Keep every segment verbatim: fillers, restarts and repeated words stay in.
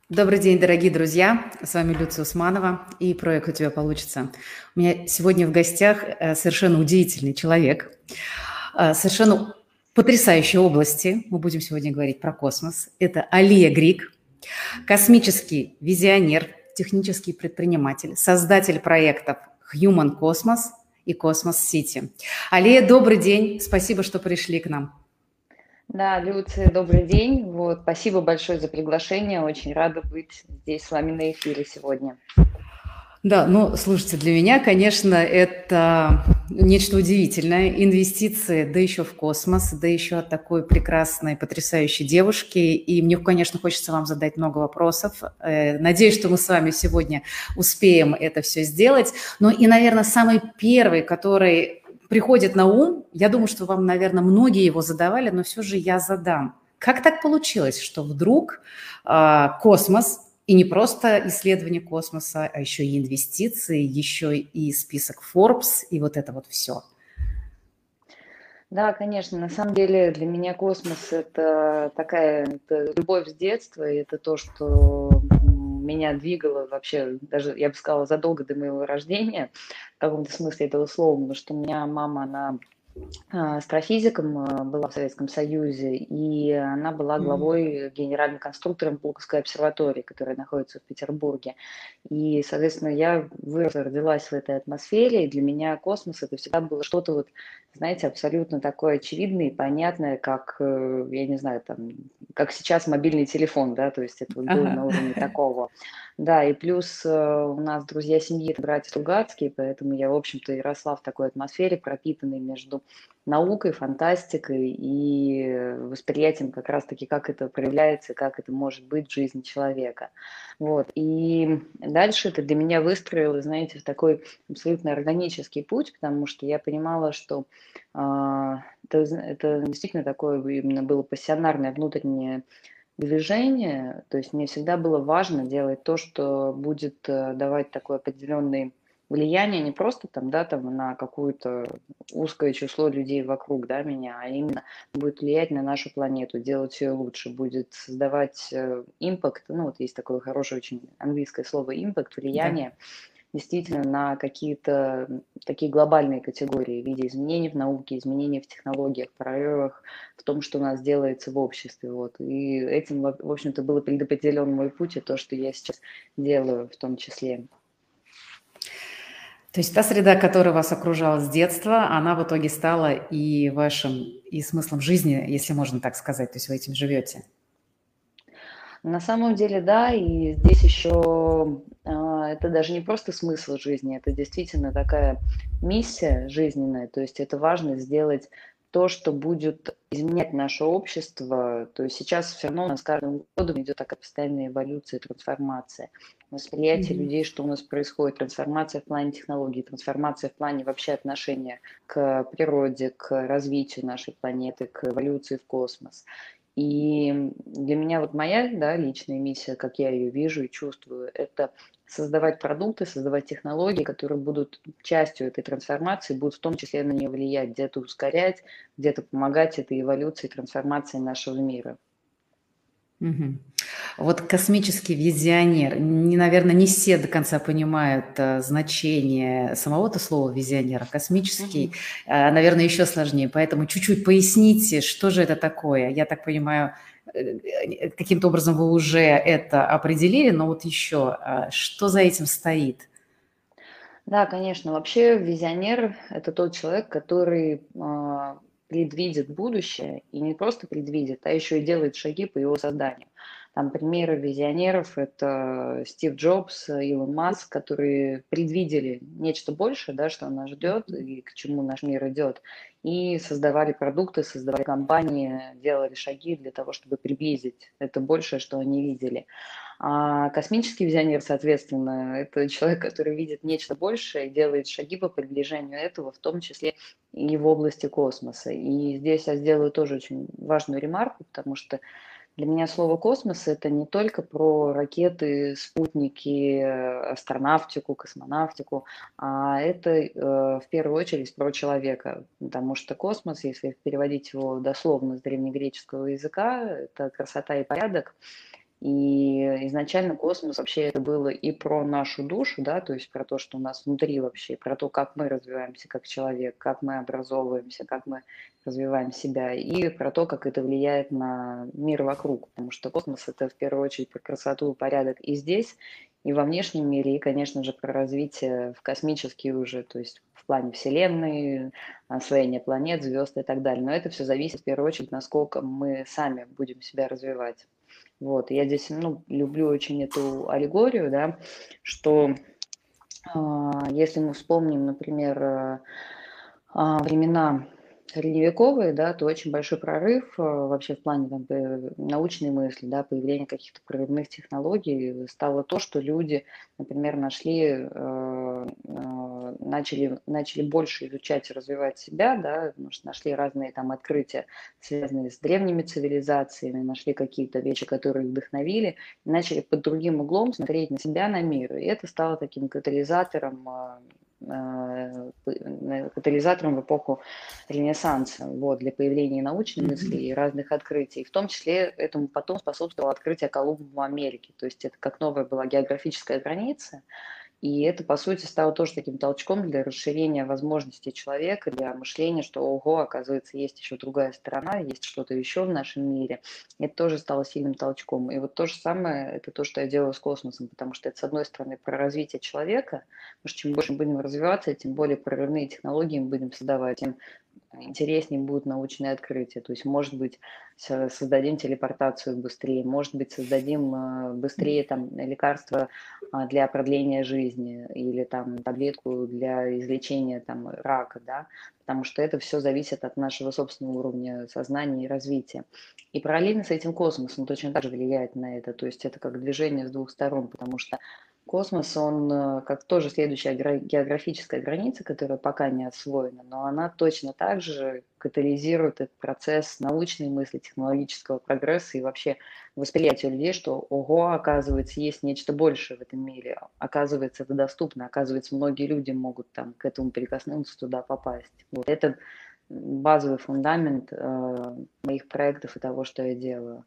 Добрый день, дорогие друзья! С вами Люция Усманова и проект «У тебя получится». У меня сегодня в гостях э, совершенно удивительный человек, э, совершенно потрясающей области. Мы будем сегодня говорить про космос. Это Алия Грик, космический визионер, технический предприниматель, создатель проектов Human Cosmos и Cosmos City. Алия, добрый день! Спасибо, что пришли к нам. Да, Люция, добрый день. Вот, спасибо большое за приглашение. Очень рада быть здесь с вами на эфире сегодня. Да, ну, слушайте, для меня, конечно, это нечто удивительное. Инвестиции, да еще в космос, да еще от такой прекрасной, потрясающей девушки. И мне, конечно, хочется вам задать много вопросов. Э, Надеюсь, что мы с вами сегодня успеем это все сделать. Ну и, наверное, самый первый, который приходит на ум, я думаю, что вам, наверное, многие его задавали, но все же я задам. Как так получилось, что вдруг а, космос, и не просто исследование космоса, а еще и инвестиции, еще и список Forbes, и вот это вот все. Да, конечно, на самом деле для меня космос это такая это любовь с детства, и это то, что м, меня двигало вообще, даже я бы сказала, задолго до моего рождения, в каком-то смысле этого слова, потому что у меня мама, она а, астрофизиком а, была в Советском Союзе, и она была Мгм. главой, генеральным конструктором Пулковской обсерватории, которая находится в Петербурге. И, соответственно, я выросла, родилась в этой атмосфере, и для меня космос это всегда было что-то вот, знаете, абсолютно такое очевидное и понятное, как, э, я не знаю, там, как сейчас мобильный телефон, да, то есть это вот было на Ага. уровне такого. Да, и плюс э, у нас друзья семьи, это братья Стругацкие, поэтому я, в общем-то, и росла в такой атмосфере, пропитанной между наукой, фантастикой и э, восприятием как раз-таки, как это проявляется, как это может быть в жизни человека. Вот. И дальше это для меня выстроило, знаете, в такой абсолютно органический путь, потому что я понимала, что а, это, это действительно такое именно было пассионарное внутреннее движение. То есть мне всегда было важно делать то, что будет э, давать такой определенный влияние не просто там, да, там на какое-то узкое число людей вокруг, да, меня, а именно будет влиять на нашу планету, делать ее лучше, будет создавать э, импакт, ну вот есть такое хорошее очень английское слово импакт, Да. влияние, действительно на какие-то такие глобальные категории в виде изменений в науке, изменений в технологиях, прорывах, в том, что у нас делается в обществе. Вот. И этим, в общем-то, был предопределен мой путь и то, что я сейчас делаю в том числе. То есть та среда, которая вас окружала с детства, она в итоге стала и вашим, и смыслом жизни, если можно так сказать, то есть вы этим живете. На самом деле, да, и здесь еще а, это даже не просто смысл жизни, это действительно такая миссия жизненная, то есть это важно сделать то, что будет изменять наше общество. То есть сейчас все равно у нас с каждым годом идет такая постоянная эволюция, трансформация. Восприятие Мгм. людей, что у нас происходит, трансформация в плане технологий, трансформация в плане вообще отношения к природе, к развитию нашей планеты, к эволюции в космос. И для меня вот моя, да, личная миссия, как я ее вижу и чувствую, это создавать продукты, создавать технологии, которые будут частью этой трансформации, будут в том числе на нее влиять, где-то ускорять, где-то помогать этой эволюции, трансформации нашего мира. Мгм. Вот космический визионер, не, наверное, не все до конца понимают э, значение самого-то слова визионера. Космический, Мгм. э, наверное, еще сложнее. Поэтому чуть-чуть поясните, что же это такое. Я так понимаю, э, э, каким-то образом вы уже это определили, но вот еще, э, что за этим стоит? Да, конечно. Вообще визионер– это тот человек, который а, предвидит будущее и не просто предвидит, а еще и делает шаги по его созданию. Там примеры визионеров– это Стив Джобс, Илон Маск, которые предвидели нечто большее, да, что нас ждет и к чему наш мир идет, и создавали продукты, создавали компании, делали шаги для того, чтобы приблизить это большее, что они видели. А космический визионер, соответственно, это человек, который видит нечто большее и делает шаги по приближению этого, в том числе и в области космоса. И здесь я сделаю тоже очень важную ремарку, потому что для меня слово космос– это не только про ракеты, спутники, астронавтику, космонавтику, а это э, в первую очередь про человека, потому что космос, если переводить его дословно с древнегреческого языка, это красота и порядок, И изначально космос вообще это было и про нашу душу, да, то есть про то, что у нас внутри вообще, про то, как мы развиваемся как человек, как мы образовываемся, как мы развиваем себя, и про то, как это влияет на мир вокруг, потому что космос это в первую очередь про красоту и порядок и здесь, и во внешнем мире, и, конечно же, про развитие в космические уже, то есть в плане Вселенной, освоение планет, звезд и так далее. Но это все зависит в первую очередь, насколько мы сами будем себя развивать. Вот, я здесь, ну, люблю очень эту аллегорию, да, что а, если мы вспомним, например, а, а, времена средневековые, да, то очень большой прорыв а, вообще в плане там, э, научной мысли, да, появления каких-то прорывных технологий стало то, что люди, например, нашли, э, э, начали, начали больше изучать и развивать себя, да, потому что нашли разные там открытия, связанные с древними цивилизациями, нашли какие-то вещи, которые их вдохновили, и начали под другим углом смотреть на себя, на мир. И это стало таким катализатором а, э, катализатором в эпоху Ренессанса, вот, для появления научной мысли и разных открытий. В том числе этому потом способствовало открытие Колумба в Америке. То есть это как новая была географическая граница, и это, по сути, стало тоже таким толчком для расширения возможностей человека, для мышления, что, ого, оказывается, есть еще другая сторона, есть что-то еще в нашем мире. Это тоже стало сильным толчком. И вот то же самое, это то, что я делаю с космосом, потому что это, с одной стороны, про развитие человека, потому что чем больше мы будем развиваться, тем более прорывные технологии мы будем создавать, тем интереснее будут научные открытия. То есть, может быть, создадим телепортацию быстрее, может быть, создадим э, быстрее там лекарства а, для продления жизни или там таблетку для излечения там рака, да, потому что это все зависит от нашего собственного уровня сознания и развития. И параллельно с этим космос, он точно так же влияет на это, то есть это как движение с двух сторон, потому что космос, он э, как тоже следующая географическая граница, которая пока не освоена, но она точно так же катализирует этот процесс научной мысли, технологического прогресса и вообще восприятия людей, что, ого, оказывается, есть нечто большее в этом мире, оказывается, это доступно, оказывается, многие люди могут там к этому прикоснуться, туда попасть. Вот это базовый фундамент э, моих проектов и того, что я делаю.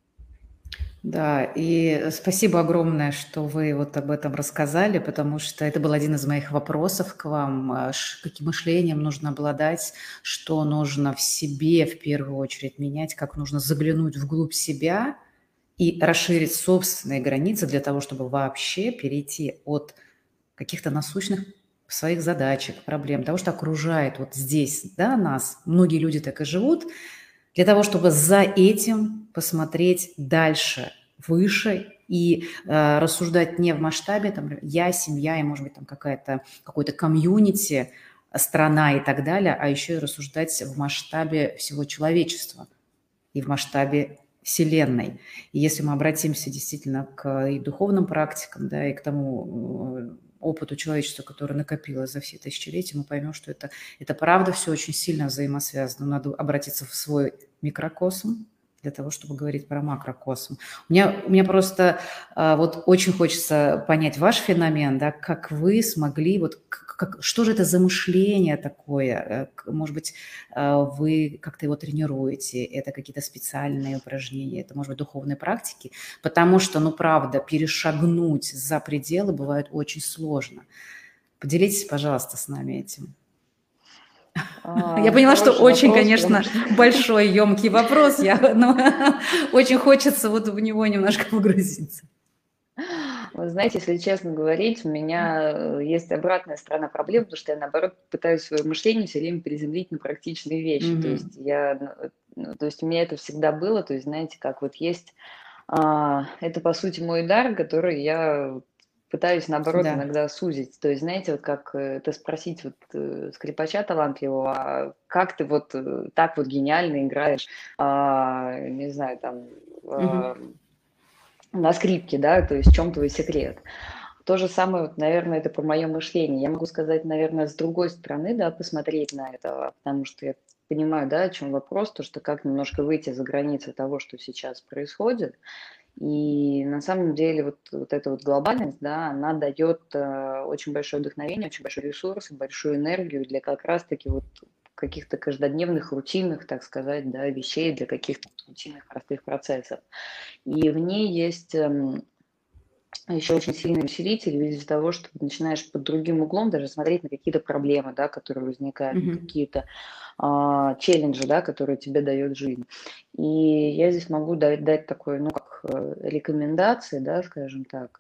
Да, и спасибо огромное, что вы вот об этом рассказали, потому что это был один из моих вопросов к вам. а, ш- Каким мышлением нужно обладать, что нужно в себе в первую очередь менять, как нужно заглянуть вглубь себя и расширить собственные границы для того, чтобы вообще перейти от каких-то насущных своих задачек, проблем, того, что окружает вот здесь, да, нас. Многие люди так и живут, для того, чтобы за этим посмотреть дальше, выше и э, рассуждать не в масштабе там, я, семья и, может быть, там какая-то, какой-то комьюнити, страна и так далее, а еще и рассуждать в масштабе всего человечества и в масштабе Вселенной. И если мы обратимся действительно к и духовным практикам, да, и к тому э, опыту человечества, который накопилось за все тысячелетия, мы поймем, что это, это правда все очень сильно взаимосвязано. Надо обратиться в свой микрокосм для того, чтобы говорить про макрокосм. У меня, у меня просто а, вот очень хочется понять ваш феномен, да, как вы смогли, вот как, что же это за мышление такое? Э, Может быть, а, вы как-то его тренируете, это какие-то специальные упражнения, это, может быть, духовные практики, потому что, ну, правда, перешагнуть за пределы бывает очень сложно. Поделитесь, пожалуйста, с нами этим. Я А, поняла, что хороший очень, вопрос, потому конечно, что большой, емкий вопрос, я, но очень хочется вот в него немножко погрузиться. вы знаете, если честно говорить, у меня э, есть обратная сторона проблемы, потому что я, наоборот, пытаюсь свое мышление все время приземлить на практичные вещи. То есть Мгм. я, ну, то есть у меня это всегда было, то есть, знаете, как вот есть, а, это, по сути, мой дар, который я пытаюсь, наоборот, Да. иногда сузить. То есть, знаете, вот как э, это спросить вот э, скрипача талантливого, а как ты вот э, так вот гениально играешь, а, не знаю, там, Мгм. а, на скрипке, да, то есть в чем твой секрет? То же самое, вот, наверное, это про мое мышление. Я могу сказать, наверное, с другой стороны, да, посмотреть на это, потому что я понимаю, да, о чем вопрос, то, что как немножко выйти за границы того, что сейчас происходит. И на самом деле вот, вот эта вот глобальность, да, она дает э, очень большое вдохновение, очень большой ресурс, большую энергию для как раз-таки вот каких-то каждодневных, рутинных, так сказать, да, вещей, для каких-то рутинных, простых процессов. И в ней есть эм, еще очень сильный усилитель в виде того, что ты начинаешь под другим углом даже смотреть на какие-то проблемы, да, которые возникают, на Мгм. какие-то а, челленджи, да, которые тебе дает жизнь. И я здесь могу дать, дать такой, ну, как э, рекомендации, да, скажем так.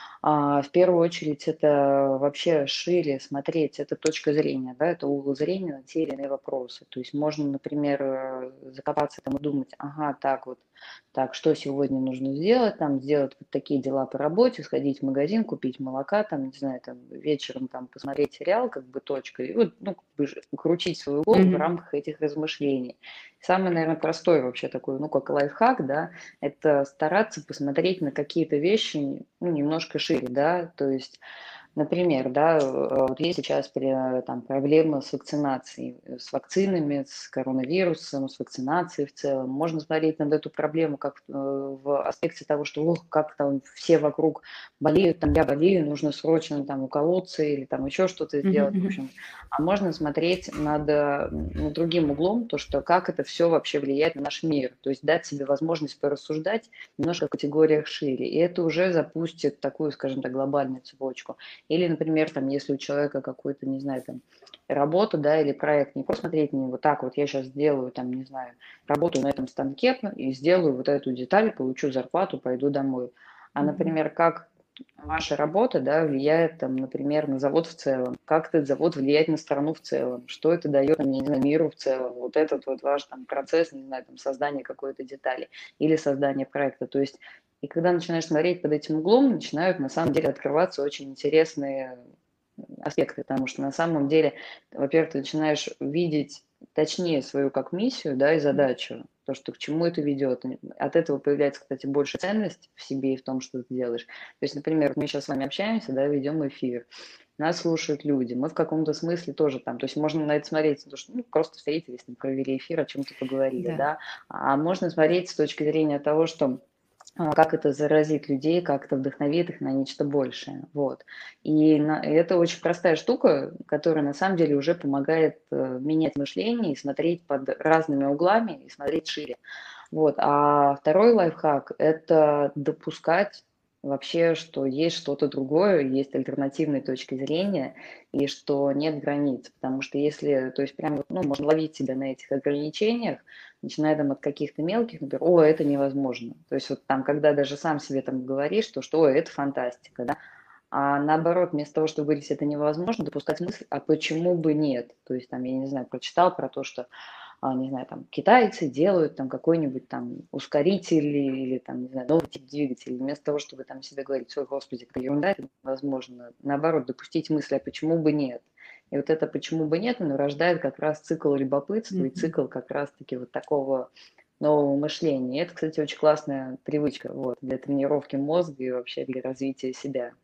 А, в первую очередь это вообще шире смотреть, это точка зрения, да, это угол зрения на те или иные вопросы. То есть можно, например, э, закопаться там и думать, ага, так вот, так, что сегодня нужно сделать, там, сделать вот такие дела по работе, сходить в магазин, купить молока, там, не знаю, там, вечером там посмотреть сериал, как бы точка, и вот, ну, как бы ж- крутить свою голову в Мгм. рамках этих размышлений. Самый, наверное, простой вообще такой, ну, как лайфхак, да, это стараться посмотреть на какие-то вещи, ну, немножко шире, да, то есть, например, да, э, вот есть сейчас пре- там проблема с вакцинацией, э, с вакцинами, с коронавирусом, с вакцинацией в целом. Можно смотреть на эту проблему как э, в аспекте того, что ох, как там все вокруг болеют, там я болею, нужно срочно там уколоться или там еще что-то Мгм. сделать, в Мгм. общем. А можно смотреть над, э, над другим углом, то, что как это все вообще влияет на наш мир, то есть дать себе возможность порассуждать немножко в категориях шире, и это уже запустит такую, скажем так, глобальную цепочку. Или, например, там, если у человека какой-то, не знаю, там, работа, да, или проект, не просто смотреть на него так, вот я сейчас сделаю, там, не знаю, работаю на этом станке и сделаю вот эту деталь, получу зарплату, пойду домой. А, Мгм. например, как ваша работа, да, влияет, там, например, на завод в целом, как этот завод влияет на страну в целом, что это дает, там, я не знаю, миру в целом, вот этот вот ваш там процесс, не знаю, там, создания какой-то детали или создания проекта. То есть и когда начинаешь смотреть под этим углом, начинают на самом деле открываться очень интересные аспекты, потому что на самом деле, во-первых, ты начинаешь видеть точнее свою как миссию, да, и задачу, то, что к чему это ведет. От этого появляется, кстати, больше ценность в себе и в том, что ты делаешь. То есть, например, мы сейчас с вами общаемся, да, ведем эфир, нас слушают люди, мы в каком-то смысле тоже там, то есть можно на это смотреть, то, что ну, просто встретились, там, провели эфир, о чем-то поговорили, Да. да, а можно смотреть с точки зрения того, что а, как это заразит людей, как это вдохновит их на нечто большее. Вот. И, на, и это очень простая штука, которая на самом деле уже помогает э, менять мышление и смотреть под разными углами и смотреть шире. Вот. А второй лайфхак – это допускать вообще, что есть что-то другое, есть альтернативные точки зрения, и что нет границ. Потому что если, то есть прям, ну, можно ловить себя на этих ограничениях, начиная там от каких-то мелких, например, о, это невозможно. То есть вот там, когда даже сам себе там говоришь, что, что ой, это фантастика, да, а наоборот, вместо того, чтобы говорить, это невозможно, допускать мысль, а почему бы нет? То есть там, я не знаю, прочитал про то, что а, не знаю, там, китайцы делают там какой-нибудь там ускоритель или там, не знаю, новый тип двигателя. Вместо того, чтобы там себе говорить, ой, господи, это ерунда, это невозможно. Наоборот, допустить мысль, а почему бы нет? И вот это почему бы нет, оно рождает как раз цикл любопытства и Мгм. цикл как раз-таки вот такого нового мышления. И это, кстати, очень классная привычка вот, для тренировки мозга и вообще для развития себя.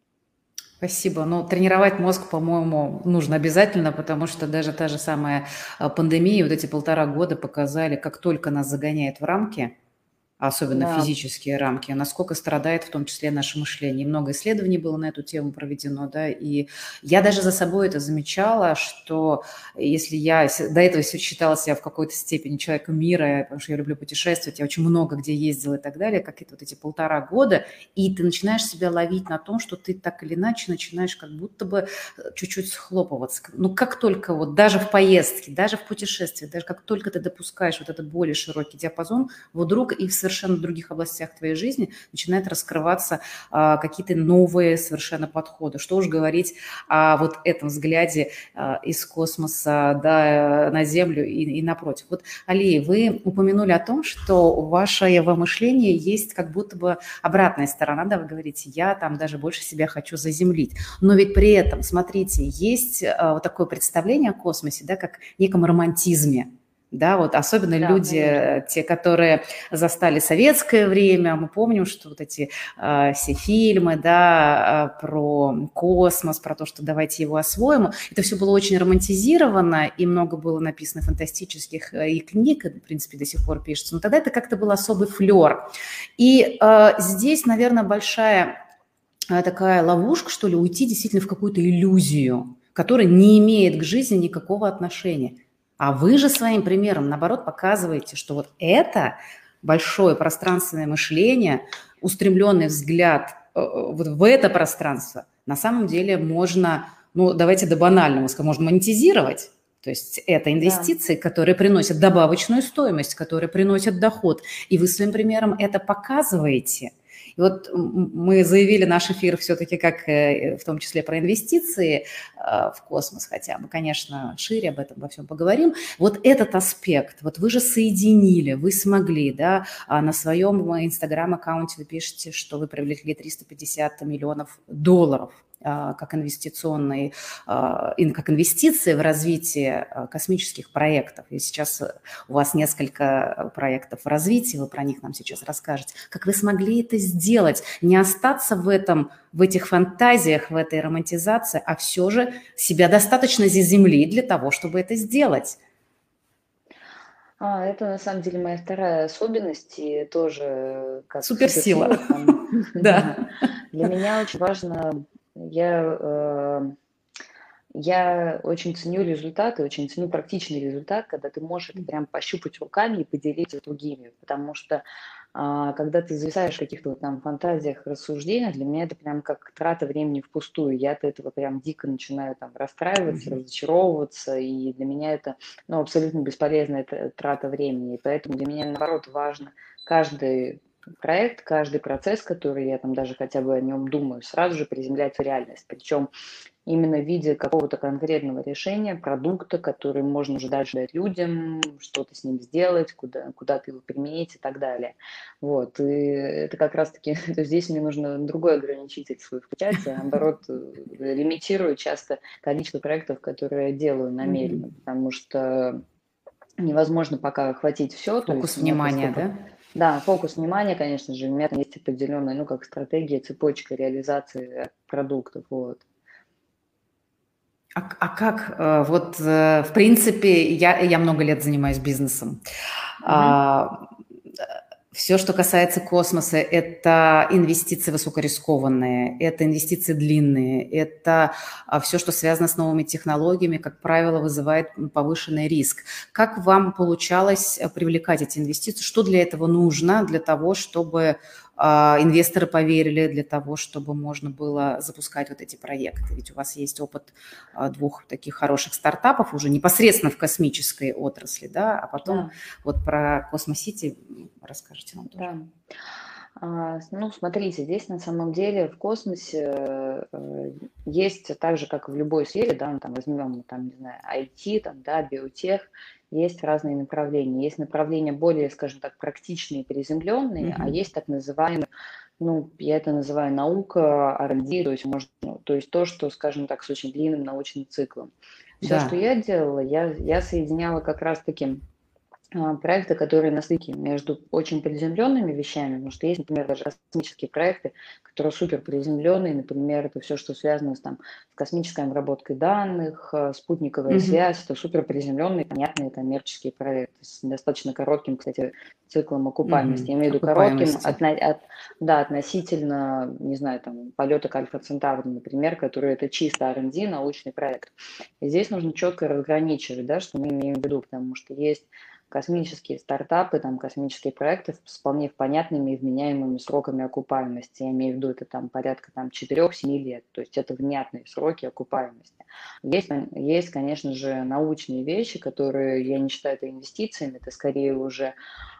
Спасибо. Но тренировать мозг, по-моему, нужно обязательно, потому что даже та же самая а, пандемия, вот эти полтора года показали, как только нас загоняет в рамки, особенно Да, физические рамки, насколько страдает в том числе наше мышление. И много исследований было на эту тему проведено, да, и я даже за собой это замечала, что если я с- до этого се- считала себя в какой-то степени человеком мира, потому что я люблю путешествовать, я очень много где ездила и так далее, какие-то вот эти полтора года, и ты начинаешь себя ловить на том, что ты так или иначе начинаешь как будто бы э, чуть-чуть схлопываться. Ну, как только вот даже в поездке, даже в путешествии, даже как только ты допускаешь вот этот более широкий диапазон, вдруг и в совершенно других областях твоей жизни начинают раскрываться а, какие-то новые совершенно подходы. Что уж говорить о вот этом взгляде а, из космоса, да, на Землю и, и напротив. Вот, Али, вы упомянули о том, что у вашего мышления есть как будто бы обратная сторона, да, вы говорите, я там даже больше себя хочу заземлить. Но ведь при этом, смотрите, есть а, вот такое представление о космосе, да, как неком романтизме. Да, вот особенно да, люди, конечно. э, те, которые застали советское время, мы помним, что вот эти э, все фильмы, да, э, про космос, про то, что давайте его освоим, это все было очень романтизировано, и много было написано фантастических э, и книг, и, в принципе, до сих пор пишется, но тогда это как-то был особый флер. И э, здесь, наверное, большая э, такая ловушка, что ли, уйти действительно в какую-то иллюзию, которая не имеет к жизни никакого отношения. А вы же своим примером, наоборот, показываете, что вот это большое пространственное мышление, устремленный взгляд э, вот в это пространство, на самом деле можно, ну, давайте до банального скажем, можно монетизировать. То есть это Да. инвестиции, которые приносят добавочную стоимость, которые приносят доход. И вы своим примером это показываете. И вот мы заявили наш эфир все-таки как в том числе про инвестиции в космос хотя бы, конечно, шире об этом во всем поговорим. Вот этот аспект, вот вы же соединили, вы смогли, да, на своем инстаграм-аккаунте вы пишете, что вы привлекли триста пятьдесят миллионов долларов как инвестиционные, как инвестиции в развитие космических проектов. И сейчас у вас несколько проектов в развитии, вы про них нам сейчас расскажете. Как вы смогли это сделать? Не остаться в этом, в этих фантазиях, в этой романтизации, а все же себя достаточно земли для того, чтобы это сделать. А, это на самом деле моя вторая особенность, и тоже как суперсила. суперсила. Там, да. Для меня очень важно, я, э, я очень ценю результаты, очень ценю практичный результат, когда ты можешь это прям пощупать руками и поделиться с другими, потому что а, когда ты зависаешь в каких-то вот там фантазиях, рассуждениях, для меня это прям как трата времени впустую. Я от этого прям дико начинаю там расстраиваться, разочаровываться, и для меня это ну, абсолютно бесполезная т- трата времени. И поэтому для меня, наоборот, важно каждый проект, каждый процесс, который я там даже хотя бы о нем думаю, сразу же приземлять в реальность. Причем именно в виде какого-то конкретного решения, продукта, который можно уже дальше дать людям, что-то с ним сделать, куда, куда-то его применить и так далее. Вот. И это как раз-таки, то здесь мне нужно другой ограничитель свой включать, я, наоборот, лимитирую часто количество проектов, которые я делаю намеренно, потому что невозможно пока охватить все, то Фокус есть нет внимания, сколько... да? Да, фокус внимания, конечно же, у меня там есть определенная, ну, как стратегия, цепочка реализации продуктов, вот. А, а как, вот, в принципе, я, я много лет занимаюсь бизнесом. Угу. Все, что касается космоса, это инвестиции высокорискованные, это инвестиции длинные, это все, что связано с новыми технологиями, как правило, вызывает повышенный риск. Как вам получалось привлекать эти инвестиции? Что для этого нужно, для того, чтобы инвесторы поверили, для того, чтобы можно было запускать вот эти проекты? Ведь у вас есть опыт двух таких хороших стартапов уже непосредственно в космической отрасли, да, а потом Да. вот про Космосити расскажите нам тоже. Да. А, ну, смотрите, здесь на самом деле в космосе э, есть так же, как и в любой сфере, да, ну, там возьмем, там, не знаю, ай ти, там, да, биотех, есть разные направления. Есть направления более, скажем так, практичные, приземленные, Мгм. а есть так называемые, ну, я это называю наука, ар энд ди, то есть, может, ну, то есть то, что, скажем так, с очень длинным научным циклом. Все, что Да. я делала, я, я соединяла как раз-таки а, проекты, которые на стыке между очень приземленными вещами, потому что есть, например, даже космические проекты, которые супер приземленные, например, это все, что связано с, там, с космической обработкой данных, э, спутниковая Мгм. связь, это супер приземленные, понятные коммерческие проекты с достаточно коротким, кстати, циклом окупаемости. Мгм. Я имею в виду коротким Окупаемости. отно, от, да, относительно, не знаю, там, полета к Альфа Центавру, например, который это чисто ар энд ди, научный проект. И здесь нужно четко разграничивать, да, что мы имеем в виду, потому что есть космические стартапы, там, космические проекты с вполне понятными и вменяемыми сроками окупаемости. Я имею в виду, это там порядка там, четыре-семь лет, то есть это внятные сроки окупаемости. Есть, есть, конечно же, научные вещи, которые, я не считаю это инвестициями, это скорее уже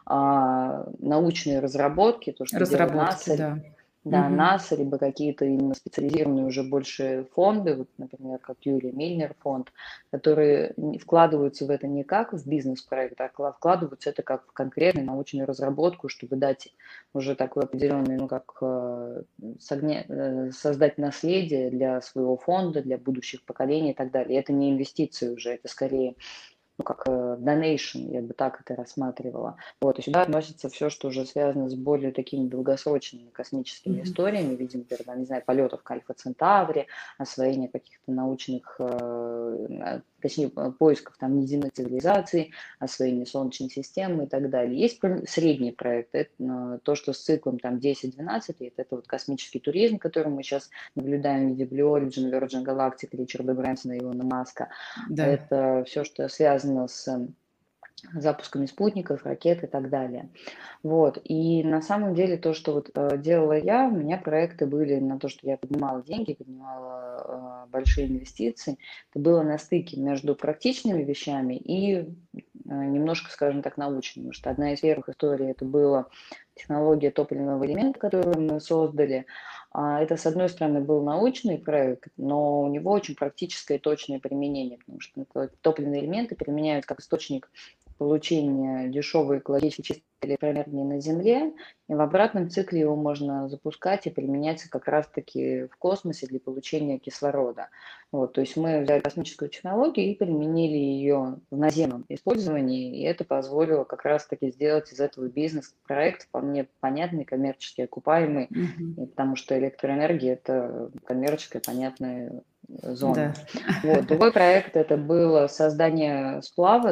а, научные разработки, то, что делает Разработки, НАСА, да. да, Мгм. НАСА, либо какие-то именно специализированные уже больше фонды, вот, например, как Юлия Мильнер фонд, которые вкладываются в это не как в бизнес-проект, а вкладываются это как в конкретную научную разработку, чтобы дать уже такой определенный, ну, как э, согня... э, создать наследие для своего фонда, для будущих поколений и так далее. И это не инвестиции уже, это скорее ну, как э, donation, я бы так это рассматривала. Вот, и сюда относится все, что уже связано с более такими долгосрочными космическими Мгм. историями, видим, например, не знаю, полетов к Альфа Центавре, освоение каких-то научных, э, точнее, поисках там неземных цивилизаций, освоения Солнечной системы и так далее. Есть средние проекты, это то, что с циклом там десять-двенадцать лет, это вот космический туризм, который мы сейчас наблюдаем в виде Blue Origin, Virgin Galactic, Ричарда Брэнсона и Илона Маска. Да. Это все, что связано с запусками спутников, ракет и так далее. Вот. И на самом деле то, что вот э, делала я, у меня проекты были на то, что я поднимала деньги, поднимала э, большие инвестиции. Это было на стыке между практичными вещами и э, немножко, скажем так, научными. Потому что одна из первых историй это была технология топливного элемента, которую мы создали. А это, с одной стороны, был научный проект, но у него очень практическое и точное применение, потому что топливные элементы применяют как источник получения дешевой экологически чистой электроэнергии на Земле, и в обратном цикле его можно запускать и применять как раз-таки в космосе для получения кислорода. Вот, то есть мы взяли космическую технологию и применили ее в наземном использовании, и это позволило как раз-таки сделать из этого бизнес-проект вполне понятный, коммерчески окупаемый, Мгм. потому что электроэнергия – это коммерческая, понятная зона. Да. Вот. Другой проект это было создание сплава,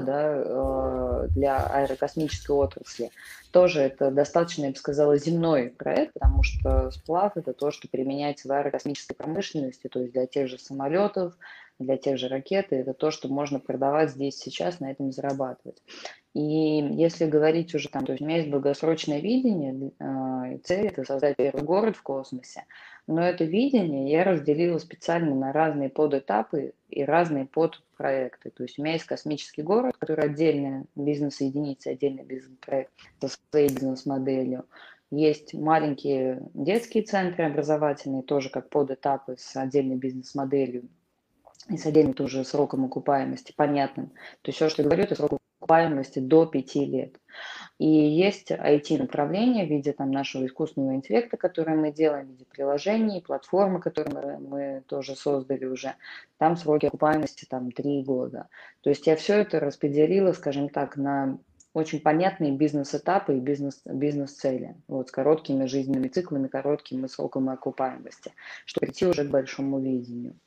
да, для аэрокосмической отрасли. Тоже это достаточно, я бы сказала, земной проект, потому что сплав это то, что применяется в аэрокосмической промышленности, то есть для тех же самолетов, для тех же ракет, и это то, что можно продавать здесь сейчас, на этом зарабатывать. И если говорить уже там, то есть у меня есть долгосрочное видение, э, цель это создать первый город в космосе, но это видение я разделила специально на разные подэтапы и разные подпроекты. То есть у меня есть космический город, который отдельная бизнес-единица, отдельный бизнес-проект со своей бизнес-моделью. Есть маленькие детские центры образовательные, тоже как подэтапы с отдельной бизнес-моделью и с отдельным тоже сроком окупаемости, понятным. То есть все, что я говорю, это срок окупаемости до пяти лет. И есть ай ти-направление в виде там, нашего искусственного интеллекта, которое мы делаем, в виде приложений, платформы, которые мы, мы тоже создали уже. Там сроки окупаемости там, три года. То есть я все это распределила, скажем так, на очень понятные бизнес-этапы и бизнес, бизнес-цели, вот, с короткими жизненными циклами, короткими сроками окупаемости, чтобы прийти уже к большому видению.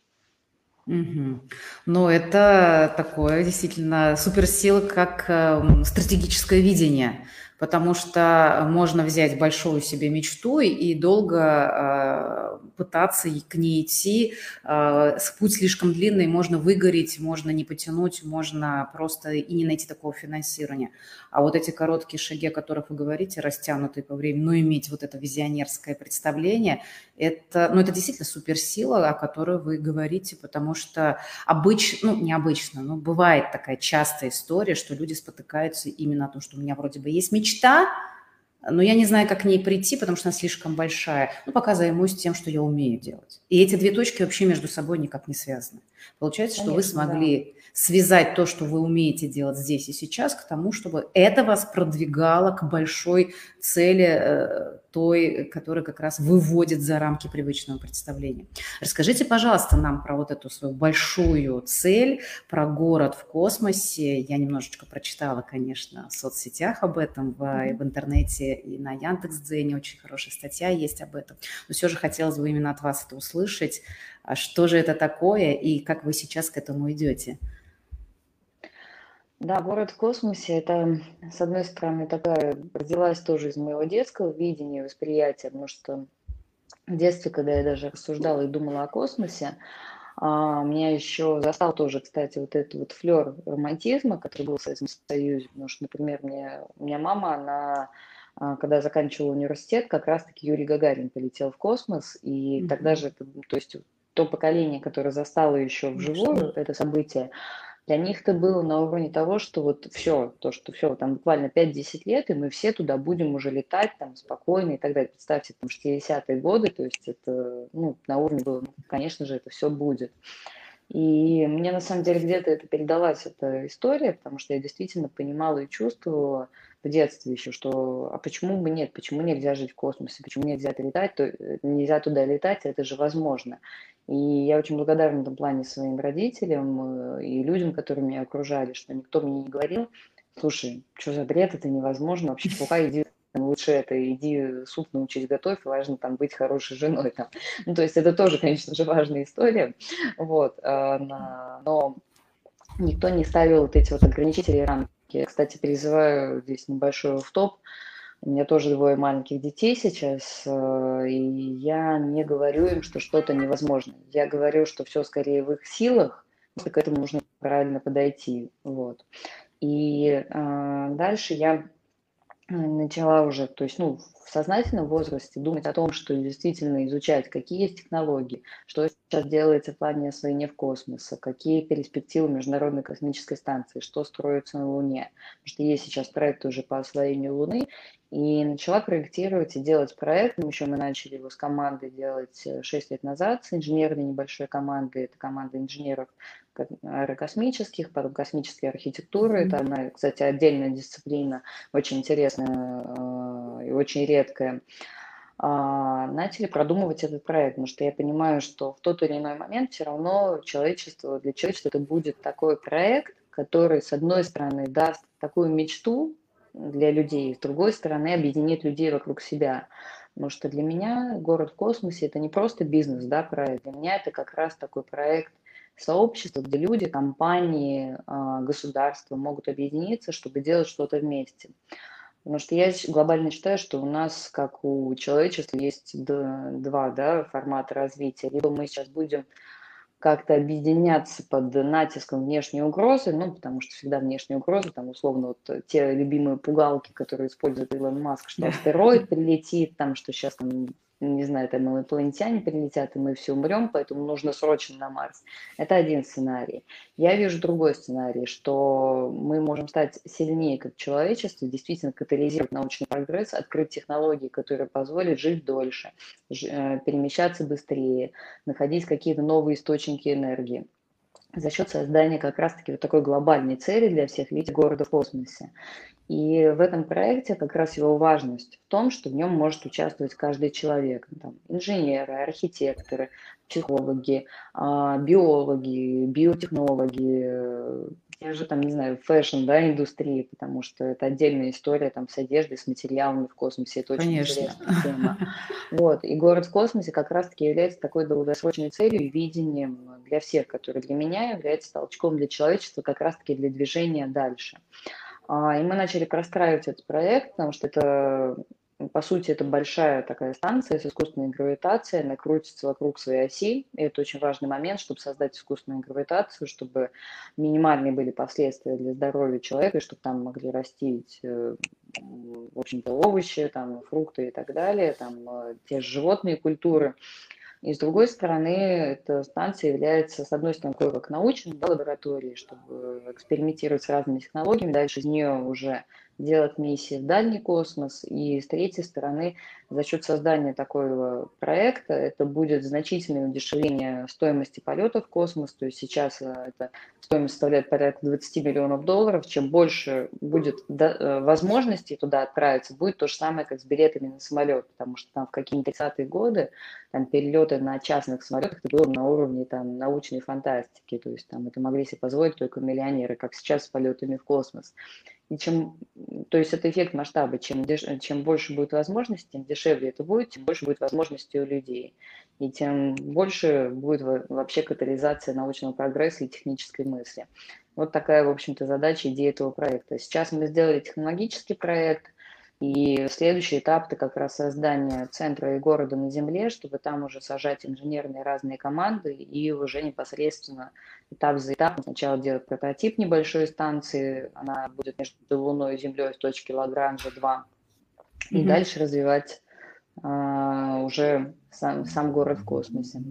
Мгм. Ну, это такое действительно суперсила, как э, стратегическое видение, потому что можно взять большую себе мечту и долго э, пытаться и к ней идти. Э, путь слишком длинный, можно выгореть, можно не потянуть, можно просто и не найти такого финансирования. А вот эти короткие шаги, о которых вы говорите, растянутые по времени, но иметь вот это визионерское представление, это, ну, это действительно суперсила, о которой вы говорите, потому что обычно, ну, необычно, но бывает такая частая история, что люди спотыкаются именно о том, что у меня вроде бы есть мечта, но я не знаю, как к ней прийти, потому что она слишком большая. Ну, пока займусь тем, что я умею делать. И эти две точки вообще между собой никак не связаны. Получается, что вы Конечно, да. смогли связать то, что вы умеете делать здесь и сейчас, к тому, чтобы это вас продвигало к большой цели, э, той, которая как раз выводит за рамки привычного представления. Расскажите, пожалуйста, нам про вот эту свою большую цель, про город в космосе. Я немножечко прочитала, конечно, в соцсетях об этом, в, Mm-hmm. в интернете и на Яндекс.Дзене очень хорошая статья есть об этом. Но все же хотелось бы именно от вас это услышать. А что же это такое и как вы сейчас к этому идете? Да, город в космосе, это, с одной стороны, такая, родилась тоже из моего детского видения, восприятия, потому что в детстве, когда я даже рассуждала и думала о космосе, а, меня еще застал тоже, кстати, вот этот вот флер романтизма, который был в Советском Союзе, потому что, например, мне, у меня мама, она, а, когда заканчивала университет, как раз-таки Юрий Гагарин полетел в космос, и тогда Мгм. же, это, то есть то поколение, которое застало еще вживую это событие, для них это было на уровне того, что вот все, то, что все, там буквально пять-десять лет, и мы все туда будем уже летать там спокойно и так далее. Представьте, там шестидесятые годы, то есть это, ну, на уровне было, ну, конечно же, это все будет. И мне на самом деле где-то это передалась, эта история, потому что я действительно понимала и чувствовала в детстве еще, что а почему бы нет, почему нельзя жить в космосе, почему нельзя летать, то, нельзя туда летать, это же возможно. И я очень благодарна в этом плане своим родителям э, и людям, которые меня окружали, что никто мне не говорил, слушай, что за бред, это невозможно, вообще чепуха, иди лучше это, иди суп научись готовить, важно там быть хорошей женой. Там. Ну, то есть это тоже, конечно же, важная история. Вот, а, на, но никто не ставил вот эти вот ограничители и рамки. Я, кстати, призываю здесь небольшой офф-топ. У меня тоже двое маленьких детей сейчас, э, и я не говорю им, что что-то невозможно. Я говорю, что все скорее в их силах, просто к этому нужно правильно подойти. Вот. И э, дальше я начала уже, то есть, ну, в сознательном возрасте думать о том, что действительно изучать, какие есть технологии, что сейчас делается в плане освоения в космосе, какие перспективы Международной космической станции, что строится на Луне. Потому что есть сейчас проект уже по освоению Луны, и начала проектировать и делать проект. Еще мы начали его с командой делать шесть лет назад, с инженерной небольшой командой. Это команда инженеров аэрокосмических, потом космические архитектуры. Это одна, кстати, отдельная дисциплина, очень интересная э, и очень редкая. А, начали продумывать этот проект, потому что я понимаю, что в тот или иной момент все равно человечество, для человечества это будет такой проект, который, с одной стороны, даст такую мечту для людей, с другой стороны, объединит людей вокруг себя. Потому что для меня город в космосе – это не просто бизнес, да, проект. Для меня это как раз такой проект сообщества, где люди, компании, государства могут объединиться, чтобы делать что-то вместе. Потому что я глобально считаю, что у нас, как у человечества, есть два, да, формата развития. Либо мы сейчас будем как-то объединяться под натиском внешней угрозы, ну, потому что всегда внешняя угроза, там, условно, вот те любимые пугалки, которые использует Илон Маск, что астероид прилетит, там, что сейчас, там, не знаю, там инопланетяне прилетят, и мы все умрем, поэтому нужно срочно на Марс. Это один сценарий. Я вижу другой сценарий, что мы можем стать сильнее как человечество, действительно катализировать научный прогресс, открыть технологии, которые позволят жить дольше, перемещаться быстрее, находить какие-то новые источники энергии за счет создания как раз-таки вот такой глобальной цели для всех видов города в космосе. И в этом проекте как раз его важность в том, что в нем может участвовать каждый человек. Там, инженеры, архитекторы, психологи, биологи, биотехнологи, те же там, не знаю, фэшн, да, индустрии, потому что это отдельная история там с одеждой, с материалами в космосе. Это очень Конечно. интересная тема. Вот. И город в космосе как раз-таки является такой долгосрочной целью и видением для всех, который для меня является толчком для человечества, как раз-таки для движения дальше. И мы начали простраивать этот проект, потому что это, по сути, это большая такая станция с искусственной гравитацией, она крутится вокруг своей оси, и это очень важный момент, чтобы создать искусственную гравитацию, чтобы минимальные были последствия для здоровья человека, и чтобы там могли расти, в общем-то, овощи, там, фрукты и так далее, там, те же животные культуры. И с другой стороны, эта станция является, с одной стороны, такой как научной, да, лабораторией, чтобы экспериментировать с разными технологиями, дальше из нее уже делать миссии в дальний космос. И с третьей стороны, за счет создания такого проекта, это будет значительное удешевление стоимости полета в космос. То есть сейчас эта стоимость составляет порядка двадцать миллионов долларов. Чем больше будет возможностей туда отправиться, будет то же самое, как с билетами на самолет, потому что там в какие-нибудь тридцатые годы там перелеты на частных самолетах это было на уровне там научной фантастики, то есть там это могли себе позволить только миллионеры, как сейчас с полетами в космос. И чем, то есть это эффект масштаба, чем, деш, чем больше будет возможностей, тем дешевле это будет, тем больше будет возможностей у людей, и тем больше будет вообще катализация научного прогресса и технической мысли. Вот такая, в общем-то, задача, идея этого проекта. Сейчас мы сделали технологический проект, и следующий этап – это как раз создание центра и города на Земле, чтобы там уже сажать инженерные разные команды и уже непосредственно этап за этапом сначала делать прототип небольшой станции, она будет между Луной и Землей в точке Лагранжа два, и mm-hmm. дальше развивать а, уже сам, сам город в космосе.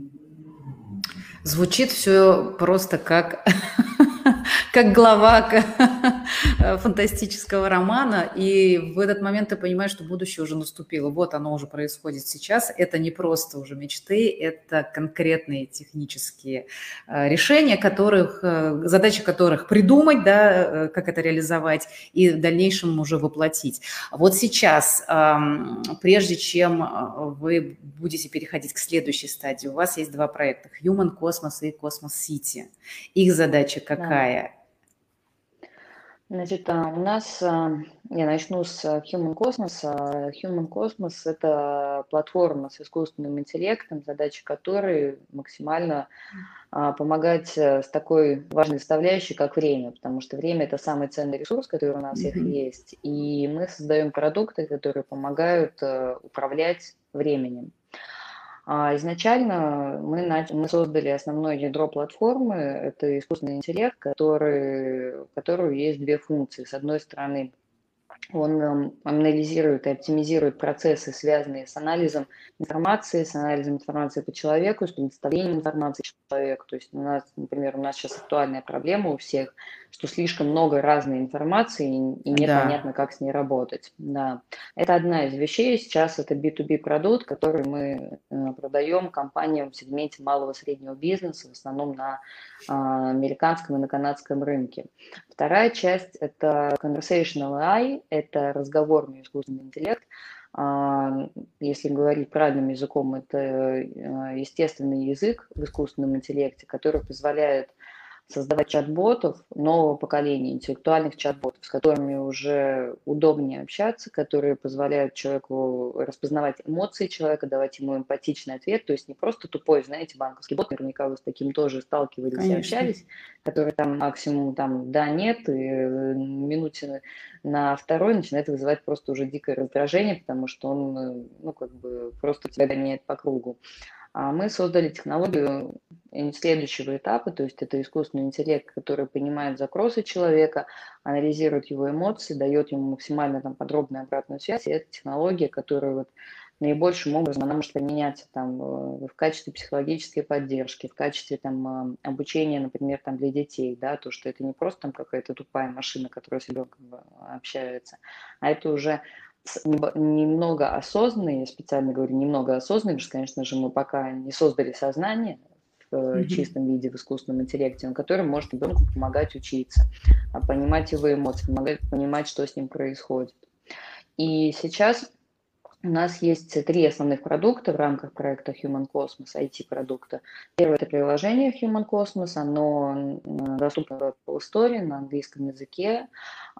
Звучит все просто как... как глава фантастического романа, и в этот момент ты понимаешь, что будущее уже наступило. Вот оно уже происходит сейчас. Это не просто уже мечты, это конкретные технические решения, которых, задачи которых придумать, да, как это реализовать, и в дальнейшем уже воплотить. Вот сейчас, прежде чем вы будете переходить к следующей стадии, у вас есть два проекта – Human Cosmos и Cosmos City. Их задача какая? Да. Значит, а, у нас, а, я начну с а, Human Cosmos. А, Human Cosmos– это платформа с искусственным интеллектом, задача которой максимально а, помогать э, с такой важной составляющей, как время, потому что время– это самый ценный ресурс, который у нас всех Мгм. есть, и мы создаем продукты, которые помогают э, управлять временем. А, Изначально мы, нач- мы создали основное ядро платформы, это искусственный интеллект, который, у которого есть две функции. С одной стороны, он эм, анализирует и оптимизирует процессы, связанные с анализом информации, с анализом информации по человеку, с предоставлением информации человеку. То есть у нас, например, у нас сейчас актуальная проблема у всех, что слишком много разной информации и Да. непонятно, как с ней работать. Да. Это одна из вещей. Сейчас это би ту би продукт, который мы э, продаем компаниям в сегменте малого и среднего бизнеса, в основном на а, американском и на канадском рынке. Вторая часть– это conversational A I, это разговорный искусственный интеллект. А, Если говорить правильным языком, это э, естественный язык в искусственном интеллекте, который позволяет создавать чат-ботов нового поколения, интеллектуальных чат-ботов, с которыми уже удобнее общаться, которые позволяют человеку распознавать эмоции человека, давать ему эмпатичный ответ, то есть не просто тупой, знаете, банковский бот, наверняка вы с таким тоже сталкивались и Конечно. общались, который там максимум там да, нет, и э, минуте на второй начинает вызывать просто уже дикое раздражение, потому что он, э, ну, как бы просто тебя гоняет по кругу. А мы создали технологию э, следующего этапа, то есть это искусственный интеллект, который понимает запросы человека, анализирует его эмоции, дает ему максимально там, подробную обратную связь. И это технология, которая вот наибольшим образом она может применяться там, э, в качестве психологической поддержки, в качестве там, э, обучения, например, там, для детей, да, то, что это не просто там, какая-то тупая машина, которая с ребенком э, общается, а это уже немного осознанные, я специально говорю немного осознанные, потому что, конечно же, мы пока не создали сознание в э, Мгм. чистом виде, в искусственном интеллекте, но который может ребенку помогать учиться, а понимать его эмоции, помогать понимать, что с ним происходит. И сейчас у нас есть три основных продукта в рамках проекта Human Cosmos, ай ти-продукта. Первое– это приложение Human Cosmos, оно доступно в Apple Store на английском языке,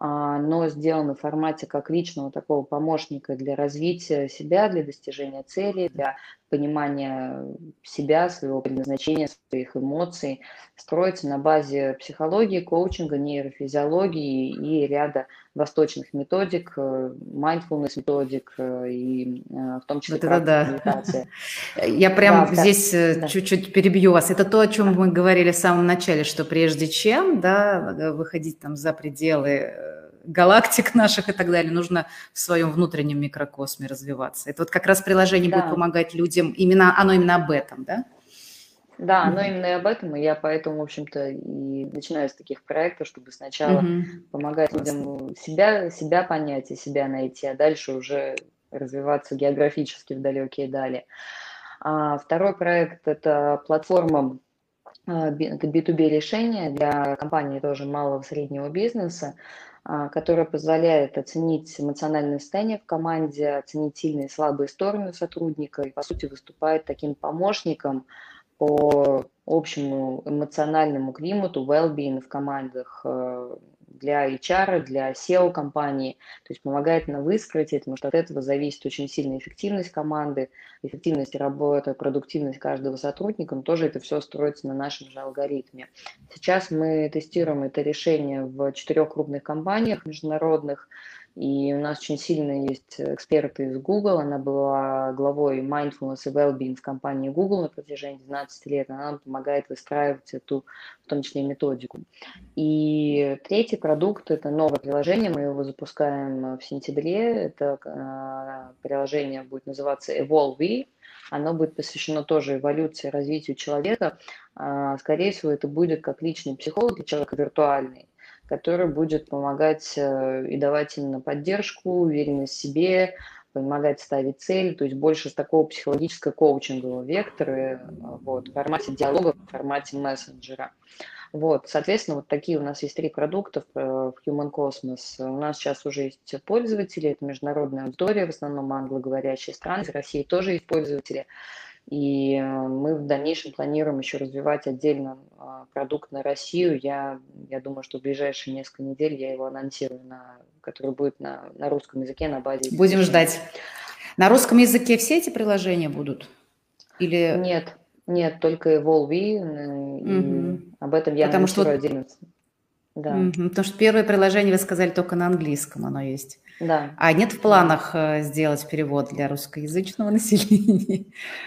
но сделано в формате как личного такого помощника для развития себя, для достижения целей, для понимания себя, своего предназначения, своих эмоций. Строится на базе психологии, коучинга, нейрофизиологии и ряда восточных методик, mindfulness методик и в том числе Вот это практик да. медитации. Я Да, прям втор- здесь э, да, чуть-чуть перебью вас. Это то, о чем да. мы говорили в самом начале, что прежде чем, да, э, выходить там за пределы э, галактик наших и так далее, нужно в своем внутреннем микрокосме развиваться. Это вот как раз приложение будет Да, помогать людям, именно оно именно об этом, да? да, оно Мгм. именно и об этом, и я поэтому, в общем-то, и начинаю с таких проектов, чтобы сначала Мгм. помогать Классно. людям себя, себя понять и себя найти, а дальше уже развиваться географически в далекие дали. А второй проект– это платформа, а, би- это би ту би решение для компаний тоже малого среднего бизнеса, а, которое позволяет оценить эмоциональное состояние в команде, оценить сильные и слабые стороны сотрудника и, по сути, выступает таким помощником по общему эмоциональному климату, well-being в командах э, для эйч ар, для сео компании, то есть помогает нам выстроить это, потому что от этого зависит очень сильно эффективность команды, эффективность работы, продуктивность каждого сотрудника, но тоже это все строится на нашем же алгоритме. Сейчас мы тестируем это решение в четырех крупных компаниях международных, и у нас очень сильно есть эксперты из Google. Она была главой mindfulness и well-being в компании Google на протяжении двенадцати лет. Она нам помогает выстраивать эту, в том числе, и методику. И третий продукт– это новое приложение. Мы его запускаем в сентябре. Это э, приложение будет называться Evolve. Оно будет посвящено тоже эволюции, развитию человека. А, Скорее всего, это будет как личный психолог для человека виртуальный, который будет помогать э, и давать именно поддержку, уверенность в себе, помогать ставить цели, то есть больше с такого психологическо-коучингового вектора, э, вот, в формате диалога, в формате мессенджера. Вот, соответственно, вот такие у нас есть три продукта в, э, в Human Cosmos. У нас сейчас уже есть пользователи, это международная аудитория, в основном англоговорящие страны, в России тоже есть пользователи. И э, мы в дальнейшем планируем еще развивать отдельно а, продукт на Россию. Я, я думаю, что в ближайшие несколько недель я его анонсирую, на, который будет на, на русском языке на базе Будем икс-мachine. ждать. На русском языке все эти приложения будут? Или... Нет, нет, только Evolve, и Угу. об этом я Потому что... анонсирую отдельно. Да. Угу. Потому что первое приложение, вы сказали, только на английском оно есть. Да. А нет в планах да. сделать перевод для русскоязычного населения?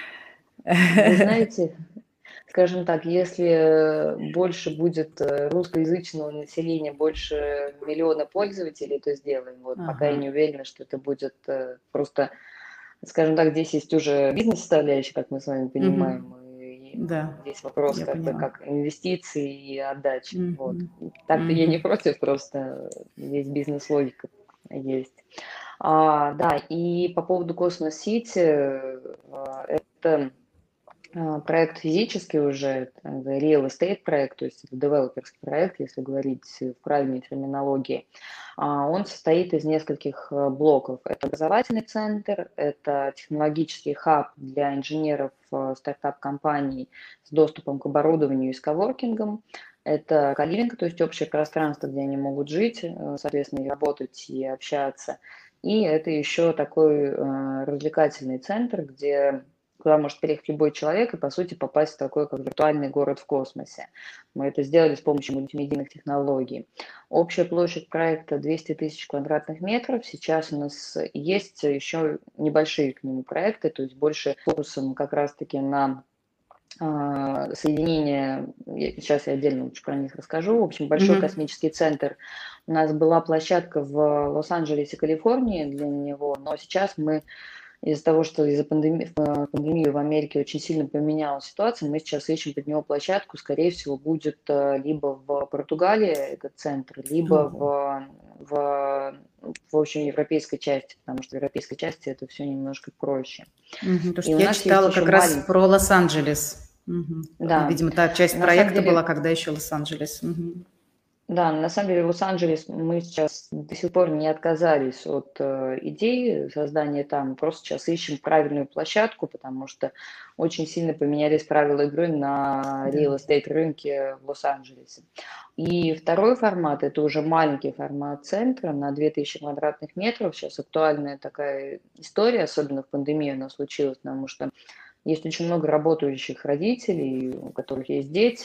Вы знаете, скажем так, если больше будет русскоязычного населения, больше миллиона пользователей, то сделаем. Вот, ага. Пока я не уверена, что это будет просто, скажем так, здесь есть уже бизнес-составляющая, как мы с вами понимаем. Угу. Да, здесь вопрос как, бы, как инвестиции и отдачи. Mm-hmm. Вот. Так-то mm-hmm. я не против, просто здесь бизнес-логика есть. А, да, и по поводу Cosmos City, это проект физический уже, real estate проект, то есть это девелоперский проект, если говорить в правильной терминологии. Он состоит из нескольких блоков. Это образовательный центр, это технологический хаб для инженеров стартап-компаний с доступом к оборудованию и с коворкингом. Это коливинг, то есть общее пространство, где они могут жить, соответственно, и работать, и общаться. И это еще такой развлекательный центр, где куда может приехать любой человек и, по сути, попасть в такой, как виртуальный город в космосе. Мы это сделали с помощью мультимедийных технологий. Общая площадь проекта двести тысяч квадратных метров. Сейчас у нас есть еще небольшие к нему проекты, то есть больше фокусом как раз-таки на э, соединение, сейчас я отдельно лучше про них расскажу. В общем, большой mm-hmm. космический центр. У нас была площадка в Лос-Анджелесе, Калифорнии для него, но сейчас мы из-за того, что из-за пандемии, пандемии в Америке очень сильно поменялась ситуация, мы сейчас ищем под него площадку, скорее всего, будет либо в Португалии этот центр, либо в, в, в общем, европейской части, потому что в европейской части это все немножко проще. Угу, то, что я читала как раз маленький... про Лос-Анджелес. Угу. Да. Видимо, та часть на проекта деле... была, когда еще Лос-Анджелес. Угу. Да, на самом деле в Лос-Анджелес мы сейчас до сих пор не отказались от э, идеи создания там, просто сейчас ищем правильную площадку, потому что очень сильно поменялись правила игры на real estate рынке в Лос-Анджелесе. И второй формат, это уже маленький формат центра на две тысячи квадратных метров. Сейчас актуальная такая история, особенно в пандемии она случилась, потому что есть очень много работающих родителей, у которых есть дети,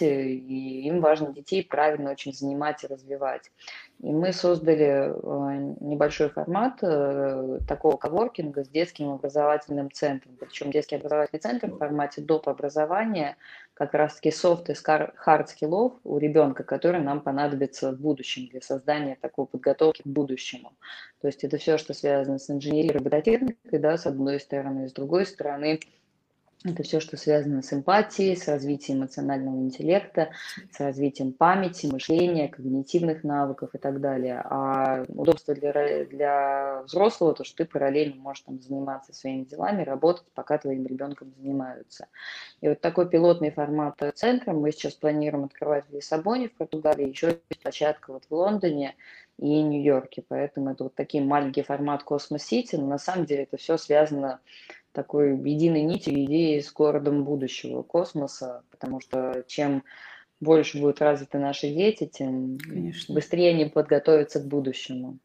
и им важно детей правильно очень занимать и развивать. И мы создали небольшой формат такого коворкинга с детским образовательным центром. Причем детский образовательный центр в формате доп. Образования, как раз-таки софт и хард скиллов у ребенка, который нам понадобится в будущем для создания такой подготовки к будущему. То есть это все, что связано с инженерией и робототехникой, да, с одной стороны, с другой стороны, это все, что связано с эмпатией, с развитием эмоционального интеллекта, с развитием памяти, мышления, когнитивных навыков и так далее. А удобство для, для взрослого, то, что ты параллельно можешь там заниматься своими делами, работать, пока твоим ребенком занимаются. И вот такой пилотный формат центра мы сейчас планируем открывать в Лиссабоне, в Португалии, еще есть площадка вот в Лондоне и Нью-Йорке. Поэтому это вот такой маленький формат Cosmos City, но на самом деле это все связано такой единой нитью идеи с городом будущего, космоса, потому что чем больше будут развиты наши дети, тем Конечно. быстрее они подготовятся к будущему.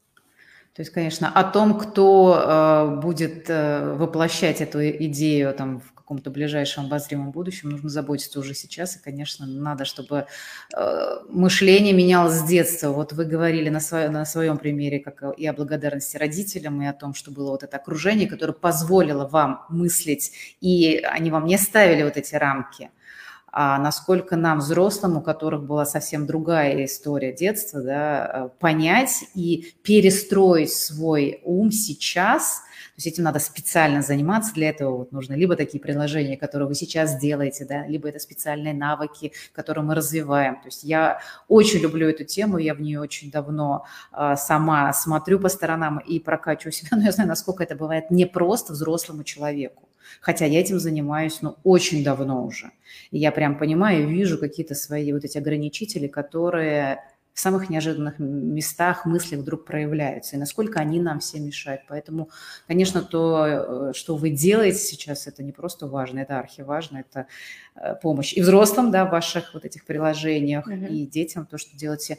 То есть, конечно, о том, кто э, будет э, воплощать эту идею там, в каком-то ближайшем обозримом будущем, нужно заботиться уже сейчас. И, конечно, надо, чтобы э, мышление менялось с детства. Вот вы говорили на, свое, на своем примере как и о благодарности родителям, и о том, что было вот это окружение, которое позволило вам мыслить, и они вам не ставили вот эти рамки. А насколько нам, взрослым, у которых была совсем другая история детства, да, понять и перестроить свой ум сейчас. То есть этим надо специально заниматься. Для этого вот нужны либо такие приложения, которые вы сейчас делаете, да, либо это специальные навыки, которые мы развиваем. То есть я очень люблю эту тему, я в нее очень давно а, сама смотрю по сторонам и прокачиваю себя, но я знаю, насколько это бывает непросто взрослому человеку. Хотя я этим занимаюсь, ну, очень давно уже. И я прям понимаю, вижу какие-то свои вот эти ограничители, которые в самых неожиданных местах мысли вдруг проявляются, и насколько они нам всем мешают. Поэтому, конечно, то, что вы делаете сейчас, это не просто важно, это архиважно, это помощь и взрослым, да, в ваших вот этих приложениях, Мгм. и детям, то, что делаете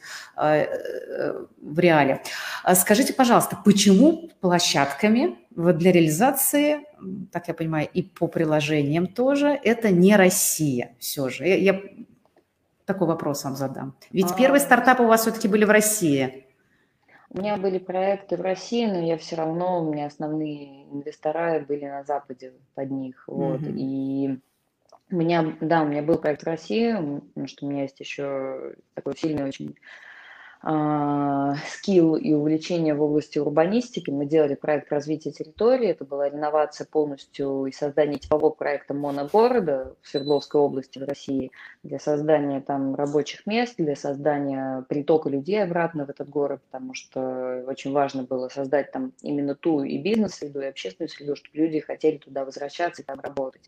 в реале. Скажите, пожалуйста, почему площадками вот для реализации, так я понимаю, и по приложениям тоже, это не Россия все же? Я, я такой вопрос вам задам. Ведь первые А, стартапы у вас все-таки были в России. У меня были проекты в России, но я все равно, у меня основные инвестора были на Западе под них, вот, Мгм. и у меня, да, у меня был проект в России, потому что у меня есть еще такой сильный очень а, скилл и увлечение в области урбанистики. Мы делали проект развития территории. Это была реновация полностью и создание типового проекта моногорода в Свердловской области в России для создания там рабочих мест, для создания притока людей обратно в этот город, потому что очень важно было создать там именно ту и бизнес-среду, и общественную среду, чтобы люди хотели туда возвращаться и там работать.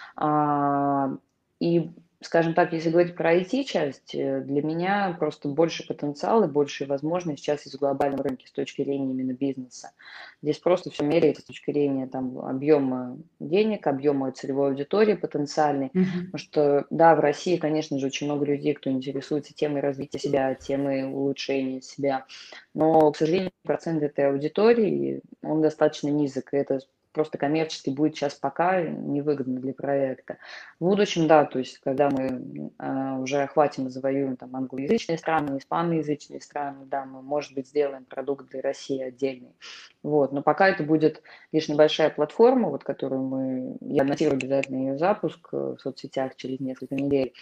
А, И скажем так, если говорить про ай ти-часть, э, для меня просто больше потенциал и больше возможностей сейчас есть в глобальном рынке с точки зрения именно бизнеса. Здесь просто все меряется с точки зрения там, объема денег, объема целевой аудитории потенциальной. Мгм. Потому что, да, в России, конечно же, очень много людей, кто интересуется темой развития себя, темой улучшения себя. Но, к сожалению, процент этой аудитории, он достаточно низок, и это просто коммерчески будет сейчас пока невыгодно для проекта. В будущем, да, то есть когда мы э, уже охватим и завоюем там англоязычные страны, испаноязычные страны, да, мы, может быть, сделаем продукт для России отдельный. Вот, но пока это будет лишь небольшая платформа, вот, которую мы, я анонсирую обязательно ее запуск э, в соцсетях через несколько недель.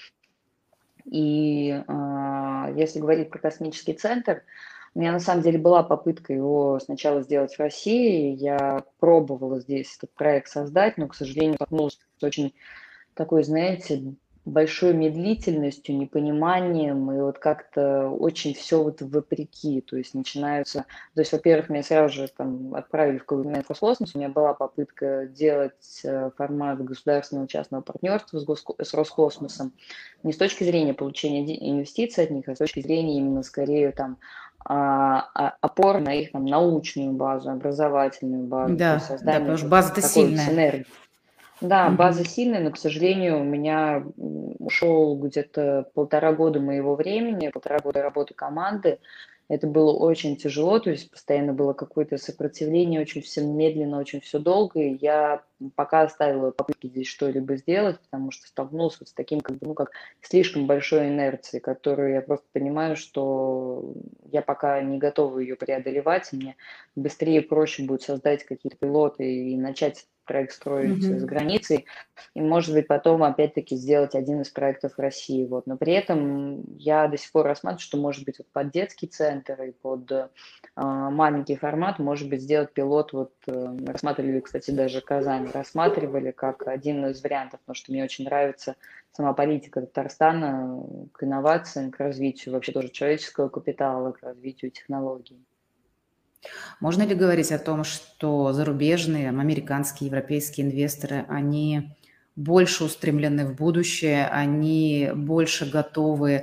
И э, если говорить про космический центр, у меня на самом деле была попытка его сначала сделать в России. Я пробовала здесь этот проект создать, но, к сожалению, столкнулась с очень такой, знаете, большой медлительностью, непониманием, и вот как-то очень все вот вопреки, то есть начинаются, то есть, во-первых, меня сразу же там отправили в космос, Роскосмос, у меня была попытка делать э, формат государственного частного партнерства с, Госко- с Роскосмосом, не с точки зрения получения инвестиций от них, а с точки зрения именно скорее там а, а, опор на их там научную базу, образовательную базу, то есть Да, да, создание потому что вот база-то такой вот сильная. синергии. Да, база Мгм. сильная, но, к сожалению, у меня ушел где-то полтора года моего времени, полтора года работы команды. Это было очень тяжело, то есть постоянно было какое-то сопротивление, очень все медленно, очень все долго, и я пока оставила попытки здесь что-либо сделать, потому что столкнулась вот с таким, как бы, ну, как слишком большой инерцией, которую я просто понимаю, что я пока не готова ее преодолевать, и мне быстрее проще будет создать какие-то пилоты и начать проект строить за Мгм. границей, и, может быть, потом опять-таки сделать один из проектов в России. Вот. Но при этом я до сих пор рассматриваю, что, может быть, вот под детский центр и под э, маленький формат, может быть, сделать пилот. Вот э, рассматривали, кстати, даже Казань, рассматривали как один из вариантов, потому что мне очень нравится сама политика Татарстана к инновациям, к развитию вообще тоже человеческого капитала, к развитию технологий. Можно ли говорить о том, что зарубежные, американские, европейские инвесторы, они больше устремлены в будущее, они больше готовы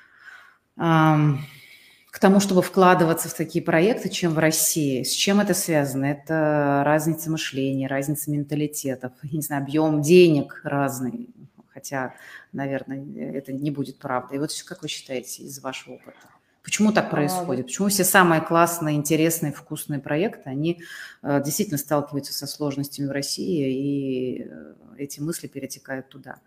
ам, к тому, чтобы вкладываться в такие проекты, чем в России? С чем это связано? Это разница мышления, разница менталитетов, не знаю, объем денег разный, хотя, наверное, это не будет правдой. И вот как вы считаете из вашего опыта? Почему так А, происходит? Почему все самые классные, интересные, вкусные проекты, они э, действительно сталкиваются со сложностями в России, и э, эти мысли перетекают туда?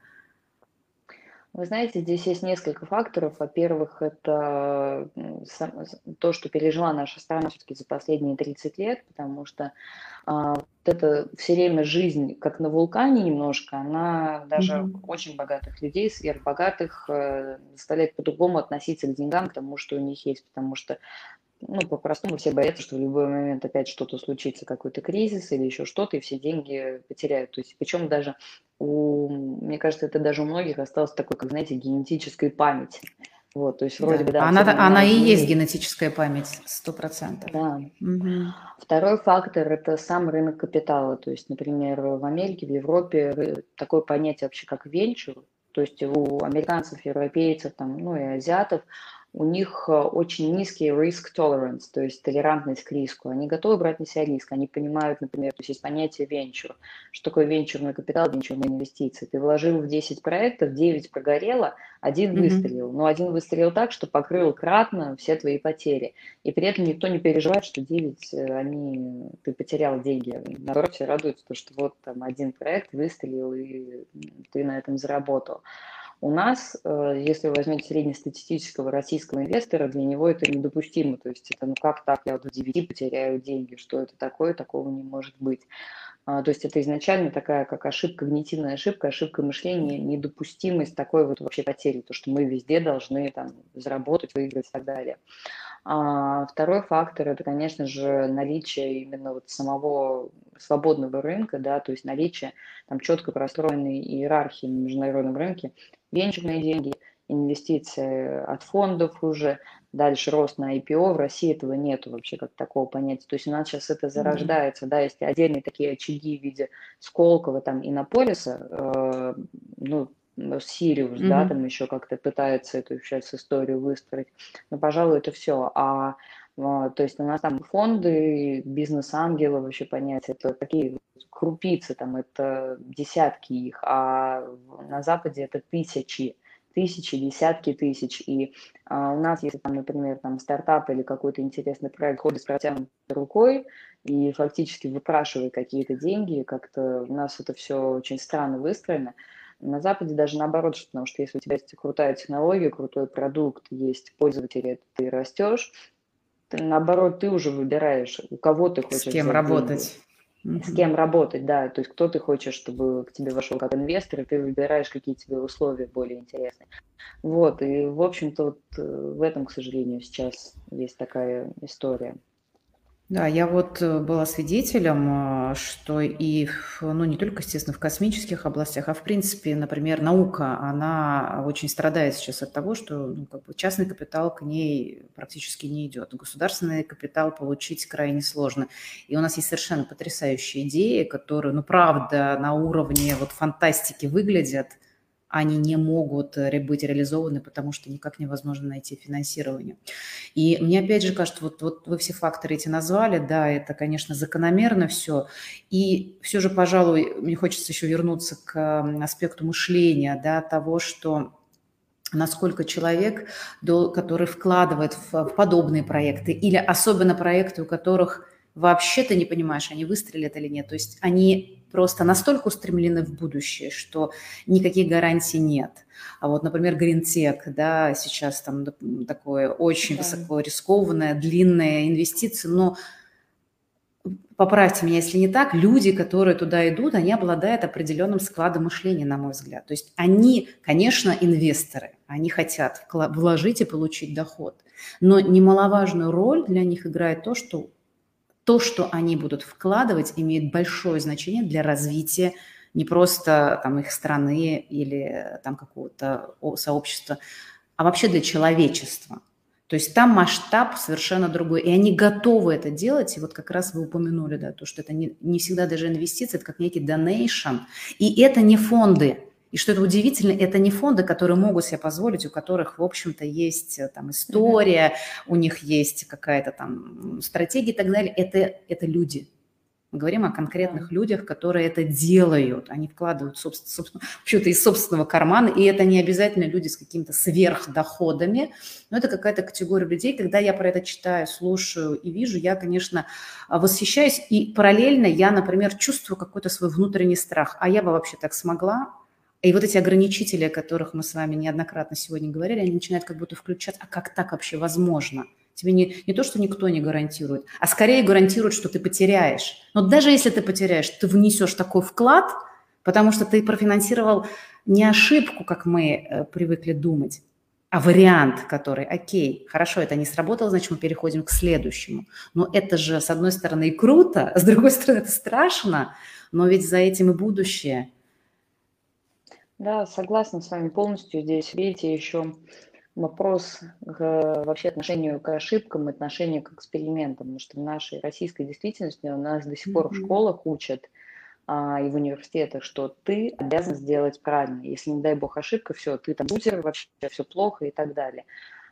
Вы знаете, здесь есть несколько факторов. Во-первых, это м, сам- с- то, что пережила наша страна все-таки за последние тридцать лет, потому что а, вот это все время жизнь, как на вулкане немножко, она даже Мгм. очень богатых людей, сверхбогатых, э, заставляет по-другому относиться к деньгам, к тому, что у них есть, потому что ну, по-простому все боятся, что в любой момент опять что-то случится, какой-то кризис или еще что-то, и все деньги потеряют. То есть, причем даже у, мне кажется, это даже у многих осталось такой, как, знаете, генетической памяти. Вот, то есть вроде бы, Да, да, она, все она и занимают есть деньги. генетическая память, сто процентов. Да. Мгм. Второй фактор – это сам рынок капитала. То есть, например, в Америке, в Европе ры- такое понятие вообще, как венчур, то есть у американцев, европейцев, там, ну и азиатов, у них э, очень низкий risk tolerance, то есть толерантность к риску. Они готовы брать на себя риск, они понимают, например, то есть есть понятие венчур. Что такое венчурный капитал, венчурные инвестиции? Ты вложил в десять проектов, девять прогорело, один Мгм. выстрелил. Но один выстрелил так, что покрыл кратно все твои потери. И при этом никто не переживает, что девять, э, они, ты потерял деньги. Наоборот, все радуются, потому что вот там один проект выстрелил, и ты на этом заработал. У нас, э, если вы возьмете среднестатистического российского инвестора, для него это недопустимо. То есть это, ну как так, я вот в девяти потеряю деньги, что это такое, такого не может быть. А, То есть это изначально такая, как ошибка, когнитивная ошибка, ошибка мышления, недопустимость такой вот вообще потери, то, что мы везде должны там заработать, выиграть и так далее. А второй фактор – это, конечно же, наличие именно вот самого свободного рынка, да, то есть наличие там четко простроенной иерархии на международном рынке, венчурные деньги, инвестиции от фондов уже, дальше рост на ай пи о. В России этого нету вообще как такого понятия. То есть у нас сейчас это Да. зарождается, да, есть отдельные такие очаги в виде Сколково, там, Иннополиса, э, ну, Сириус, да, там Мгм. еще как-то пытается эту сейчас историю выстроить. Но, пожалуй, это все. А, а, то есть у нас там фонды, бизнес-ангелы, вообще понятия, это такие крупицы, там это десятки их, а на Западе это тысячи, тысячи, десятки тысяч. И а, у нас, если там, например, там стартап или какой-то интересный проект ходит с протянутой рукой и фактически выпрашивает какие-то деньги, как-то у нас это все очень странно выстроено. На Западе даже наоборот, потому что если у тебя есть крутая технология, крутой продукт, есть пользователи, ты растешь, ты, наоборот, ты уже выбираешь, у кого ты С хочешь кем взять деньги, работать? с Мгм. кем работать, да, то есть кто ты хочешь, чтобы к тебе вошел как инвестор, и ты выбираешь, какие тебе условия более интересные. Вот, и, в общем-то, вот э, в этом, к сожалению, сейчас есть такая история. Да, я вот э, была свидетелем, а, что и, в- ну, не только, естественно, в космических областях, а в принципе, например, наука, она очень страдает сейчас от того, что ну, как бы частный капитал к ней практически не идет. Государственный капитал получить крайне сложно. И у нас есть совершенно потрясающие идеи, которые, ну, правда, на уровне вот фантастики выглядят, они не могут э, быть реализованы, потому что никак невозможно найти финансирование. И мне опять же кажется, вот, вот вы все факторы эти назвали, да, это, конечно, закономерно все. И все же, пожалуй, мне хочется еще вернуться к м, аспекту мышления, да, того, что насколько человек, до- который вкладывает в, в подобные проекты, или особенно проекты, у которых вообще ты не понимаешь, они выстрелят или нет. То есть они просто настолько устремлены в будущее, что никаких гарантий нет. А вот, например, Гринтек, да, сейчас там такое очень Да. высоко рискованное, длинная инвестиция, но поправьте меня, если не так, люди, которые туда идут, они обладают определенным складом мышления, на мой взгляд. То есть они, конечно, инвесторы, они хотят вложить и получить доход, но немаловажную роль для них играет то, что то, что они будут вкладывать, имеет большое значение для развития не просто там их страны или там какого-то сообщества, а вообще для человечества. То есть там масштаб совершенно другой, и они готовы это делать. И вот как раз вы упомянули, да, то, что это не, не всегда даже инвестиции, это как некий donation. И это не фонды. И что это удивительно, это не фонды, которые могут себе позволить, у которых, в общем-то, есть э, там Мгм. история, у них есть какая-то там стратегия и так далее. Это, это люди. Мы говорим о Да. конкретных людях, которые это делают. Они вкладывают собственно, собственно, вообще-то из собственного кармана, и это не обязательно люди с какими-то сверхдоходами, но это какая-то категория людей. Когда я про это читаю, слушаю и вижу, я, конечно, восхищаюсь, и параллельно я, например, чувствую какой-то свой внутренний страх. А я бы вообще так смогла? И вот эти ограничители, о которых мы с вами неоднократно сегодня говорили, они начинают как будто включаться. А как так вообще возможно? Тебе не, не то, что никто не гарантирует, а скорее гарантирует, что ты потеряешь. Но даже если ты потеряешь, ты внесешь такой вклад, потому что ты профинансировал не ошибку, как мы э, привыкли думать, а вариант, который, окей, хорошо, это не сработало, значит, мы переходим к следующему. Но это же, с одной стороны, и круто, а с другой стороны, это страшно, но ведь за этим и будущее. Да, согласна с вами полностью. Здесь, видите, еще вопрос к вообще отношению к ошибкам, отношению к экспериментам, потому что в нашей российской действительности у нас до сих пор в Мгм. школах учат а, и в университетах, что ты обязан сделать правильно. Если, не дай бог, ошибка, все, ты там лузер, вообще все плохо и так далее.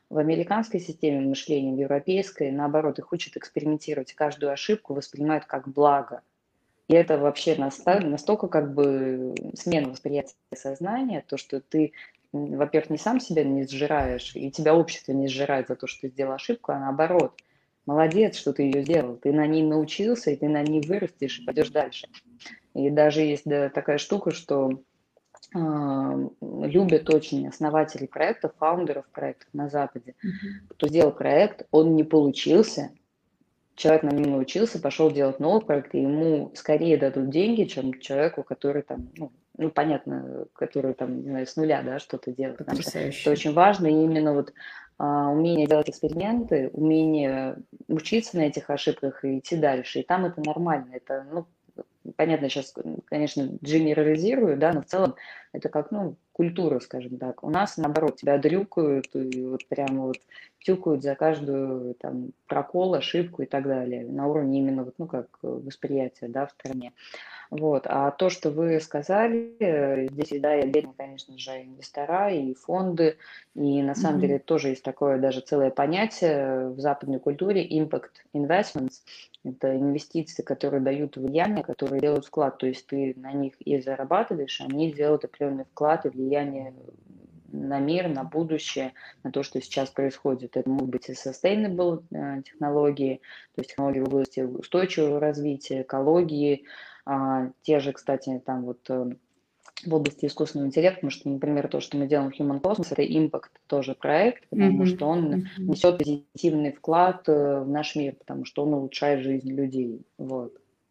В американской системе мышления, в европейской, наоборот, их учат экспериментировать, каждую ошибку воспринимают как благо. И это вообще наста- настолько как бы смена восприятия сознания, то, что ты, м, во-первых, не сам себя не сжираешь, и тебя общество не сжирает за то, что ты сделал ошибку, а наоборот. Молодец, что ты ее сделал. Ты на ней научился, и ты на ней вырастешь и пойдешь дальше. И даже есть да, такая штука, что а, любят очень основатели проектов, фаундеров проектов на Западе, Мгм. кто сделал проект, он не получился, человек на нем научился, пошел делать новый проект, и ему скорее дадут деньги, чем человеку, который там, ну, ну понятно, который там, не знаю, с нуля, да, что-то делает. Потому что это Потрясающе. очень важно, и именно вот а, умение делать эксперименты, умение учиться на этих ошибках и идти дальше. И там это нормально, это, ну, понятно, сейчас, конечно, генерализирую, да, но в целом это как, ну, культура, скажем так. У нас, наоборот, тебя дрюкают и вот прямо вот тюкают за каждую там прокол, ошибку и так далее. На уровне именно вот, ну, как восприятия, да, в стране. Вот. А то, что вы сказали, э, здесь, да, и отдельно, конечно же, инвестора и фонды, и на самом деле Мгм. тоже есть такое даже целое понятие в западной культуре impact investments. Это инвестиции, которые дают влияние, которые делают вклад, то есть ты на них и зарабатываешь, они делают определенный вклад и влияние на мир, на будущее, на то, что сейчас происходит. Это могут быть и sustainable э, технологии, то есть технологии в области устойчивого развития, экологии, а, те же, кстати, там вот э, в области искусственного интеллекта, потому что, например, то, что мы делаем в Human Cosmos, это Impact тоже проект, потому Мгм. что он Мгм. несет позитивный вклад э, в наш мир, потому что он улучшает жизнь людей. Вот.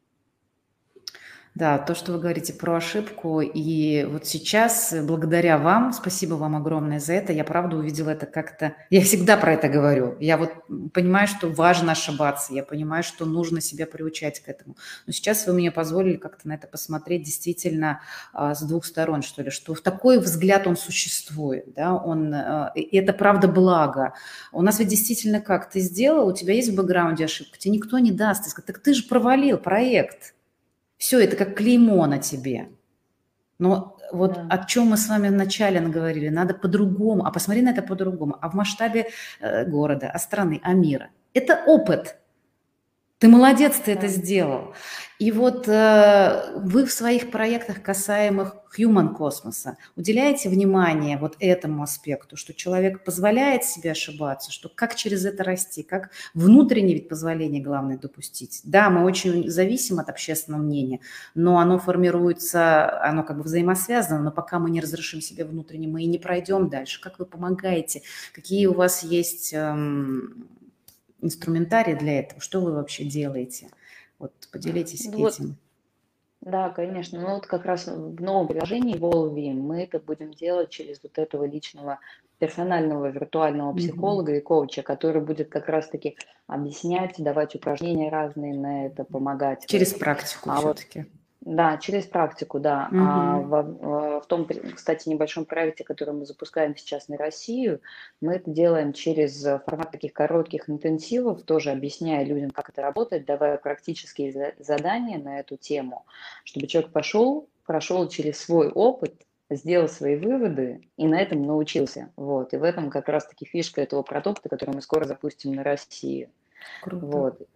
Да, то, что вы говорите про ошибку, и вот сейчас, э, благодаря вам, спасибо вам огромное за это, я правда увидела это как-то, я всегда про это говорю, я вот м, понимаю, что важно ошибаться, я понимаю, что нужно себя приучать к этому, но сейчас вы мне позволили как-то на это посмотреть действительно а, с двух сторон, что ли, что в такой взгляд он существует, да, он, а, и это правда благо. У нас ведь действительно как, ты сделал, у тебя есть в бэкграунде ошибка, тебе никто не даст, ты скажет, так ты же провалил проект, все, это как клеймо на тебе. Но вот Да. о чем мы с вами вначале наговорили, надо по-другому, а посмотри на это по-другому, а в масштабе э, города, а страны, а мира. Это опыт. Ты молодец, ты это Да. сделал. И вот э, вы в своих проектах, касаемых human космоса, уделяете внимание вот этому аспекту, что человек позволяет себе ошибаться, что как через это расти, как внутреннее ведь позволение главное допустить. Да, мы очень зависим от общественного мнения, но оно формируется, оно как бы взаимосвязано, но пока мы не разрешим себе внутренне, мы и не пройдем дальше. Как вы помогаете? Какие у вас есть эм, инструментарий для этого? Что вы вообще делаете? Вот поделитесь Ну вот, этим. да, конечно. Ну вот как раз в новом приложении Volvi мы это будем делать через вот этого личного персонального виртуального Мгм. психолога и коуча, который будет как раз-таки объяснять, давать упражнения разные на это, помогать в Через этом. практику А вот все-таки. да, через практику, да. А Мгм. во- в, в том, кстати, небольшом проекте, который мы запускаем сейчас на Россию, мы это делаем через э, формат таких коротких интенсивов, тоже объясняя людям, как это работает, давая практические за- задания на эту тему, чтобы человек пошел, прошел через свой опыт, сделал свои выводы и на этом научился. Вот. И в этом как раз-таки фишка этого продукта, который мы скоро запустим на Россию. Круто. Вот.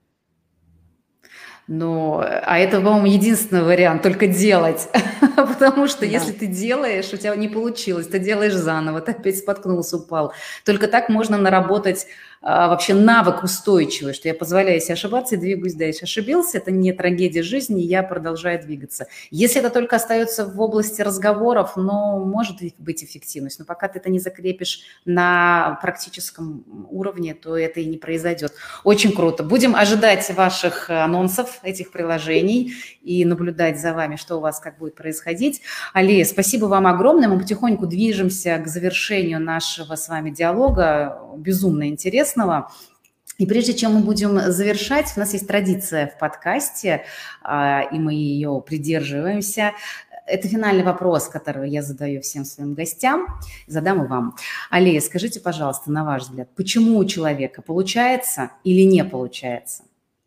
Но, а это, по-моему, единственный вариант, только делать. Потому что если Да. ты делаешь, у тебя не получилось, ты делаешь заново, ты опять споткнулся, упал. Только так можно наработать а, вообще навык устойчивый, что я позволяю себе ошибаться и двигаюсь дальше. Ошибился, это не трагедия жизни, я продолжаю двигаться. Если это только остается в области разговоров, ну, может быть эффективность, но пока ты это не закрепишь на практическом уровне, то это и не произойдет. Очень круто. Будем ожидать ваших анонсов этих приложений и наблюдать за вами, что у вас как будет происходить. Алия, спасибо вам огромное. Мы потихоньку движемся к завершению нашего с вами диалога, безумно интересного. И прежде чем мы будем завершать, у нас есть традиция в подкасте, а, и мы ее придерживаемся. Это финальный вопрос, который я задаю всем своим гостям, задам и вам. Алия, скажите, пожалуйста, на ваш взгляд, почему у человека получается или не получается?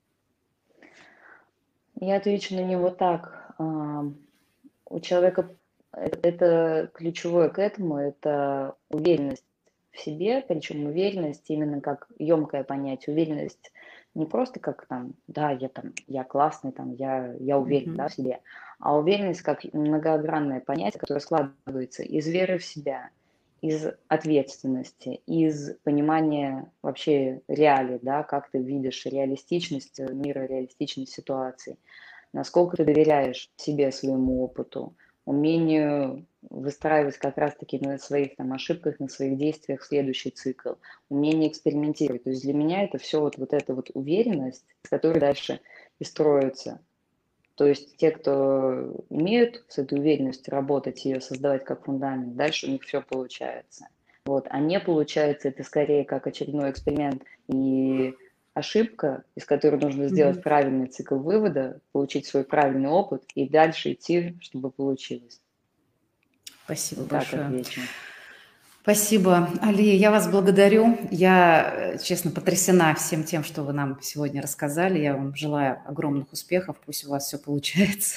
Я отвечу на него так. А, У человека это, это ключевое к этому, это уверенность. в себе, причем уверенность именно как емкое понятие. Уверенность не просто как там, да, я там, я классный, там, я, я уверен, да, в Мгм. себе, а уверенность как многогранное понятие, которое складывается из веры в себя, из ответственности, из понимания вообще реалий, да, как ты видишь реалистичность э, мира, реалистичность ситуации, насколько ты доверяешь себе, своему опыту, умению выстраивать как раз-таки на своих там ошибках, на своих действиях следующий цикл, умение экспериментировать. То есть для меня это все вот, вот эта вот уверенность, с которой дальше и строится. То есть те, кто умеют с этой уверенностью работать, ее создавать как фундамент, дальше у них все получается. Вот. А не получается это скорее как очередной эксперимент и ошибка, из которой нужно сделать Мгм. правильный цикл вывода, получить свой правильный опыт и дальше идти, чтобы получилось. Спасибо Вот так большое. отвечу. Спасибо, Алия, я вас благодарю. Я, э, честно, потрясена всем тем, что вы нам сегодня рассказали. Я вам желаю огромных успехов, пусть у вас все получается.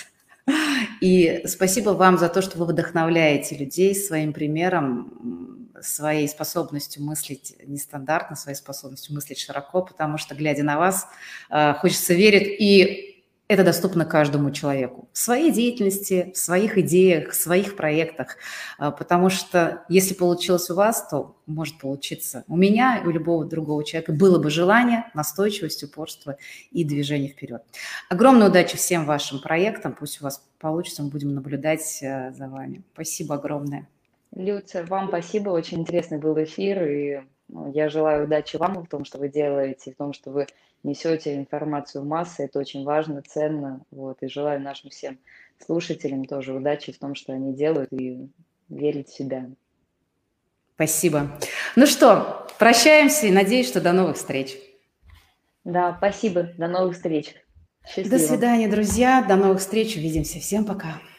И спасибо вам за то, что вы вдохновляете людей своим примером, м, своей способностью мыслить нестандартно, своей способностью мыслить широко, потому что, глядя на вас, э, хочется верить, и это доступно каждому человеку в своей деятельности, в своих идеях, в своих проектах, а, потому что если получилось у вас, то может получиться у меня и у любого другого человека. Было бы желание, настойчивость, упорство и движение вперед. Огромной удачи всем вашим проектам. Пусть у вас получится, мы будем наблюдать э, за вами. Спасибо огромное. Люция, вам спасибо, очень интересный был эфир, и ну, я желаю удачи вам в том, что вы делаете, в том, что вы несете информацию в массы, это очень важно, ценно, вот, и желаю нашим всем слушателям тоже удачи в том, что они делают, и верить в себя. Спасибо. Ну что, прощаемся и надеюсь, что до новых встреч. Да, спасибо, до новых встреч, До счастливо. свидания, друзья. До новых встреч. Увидимся. Всем пока.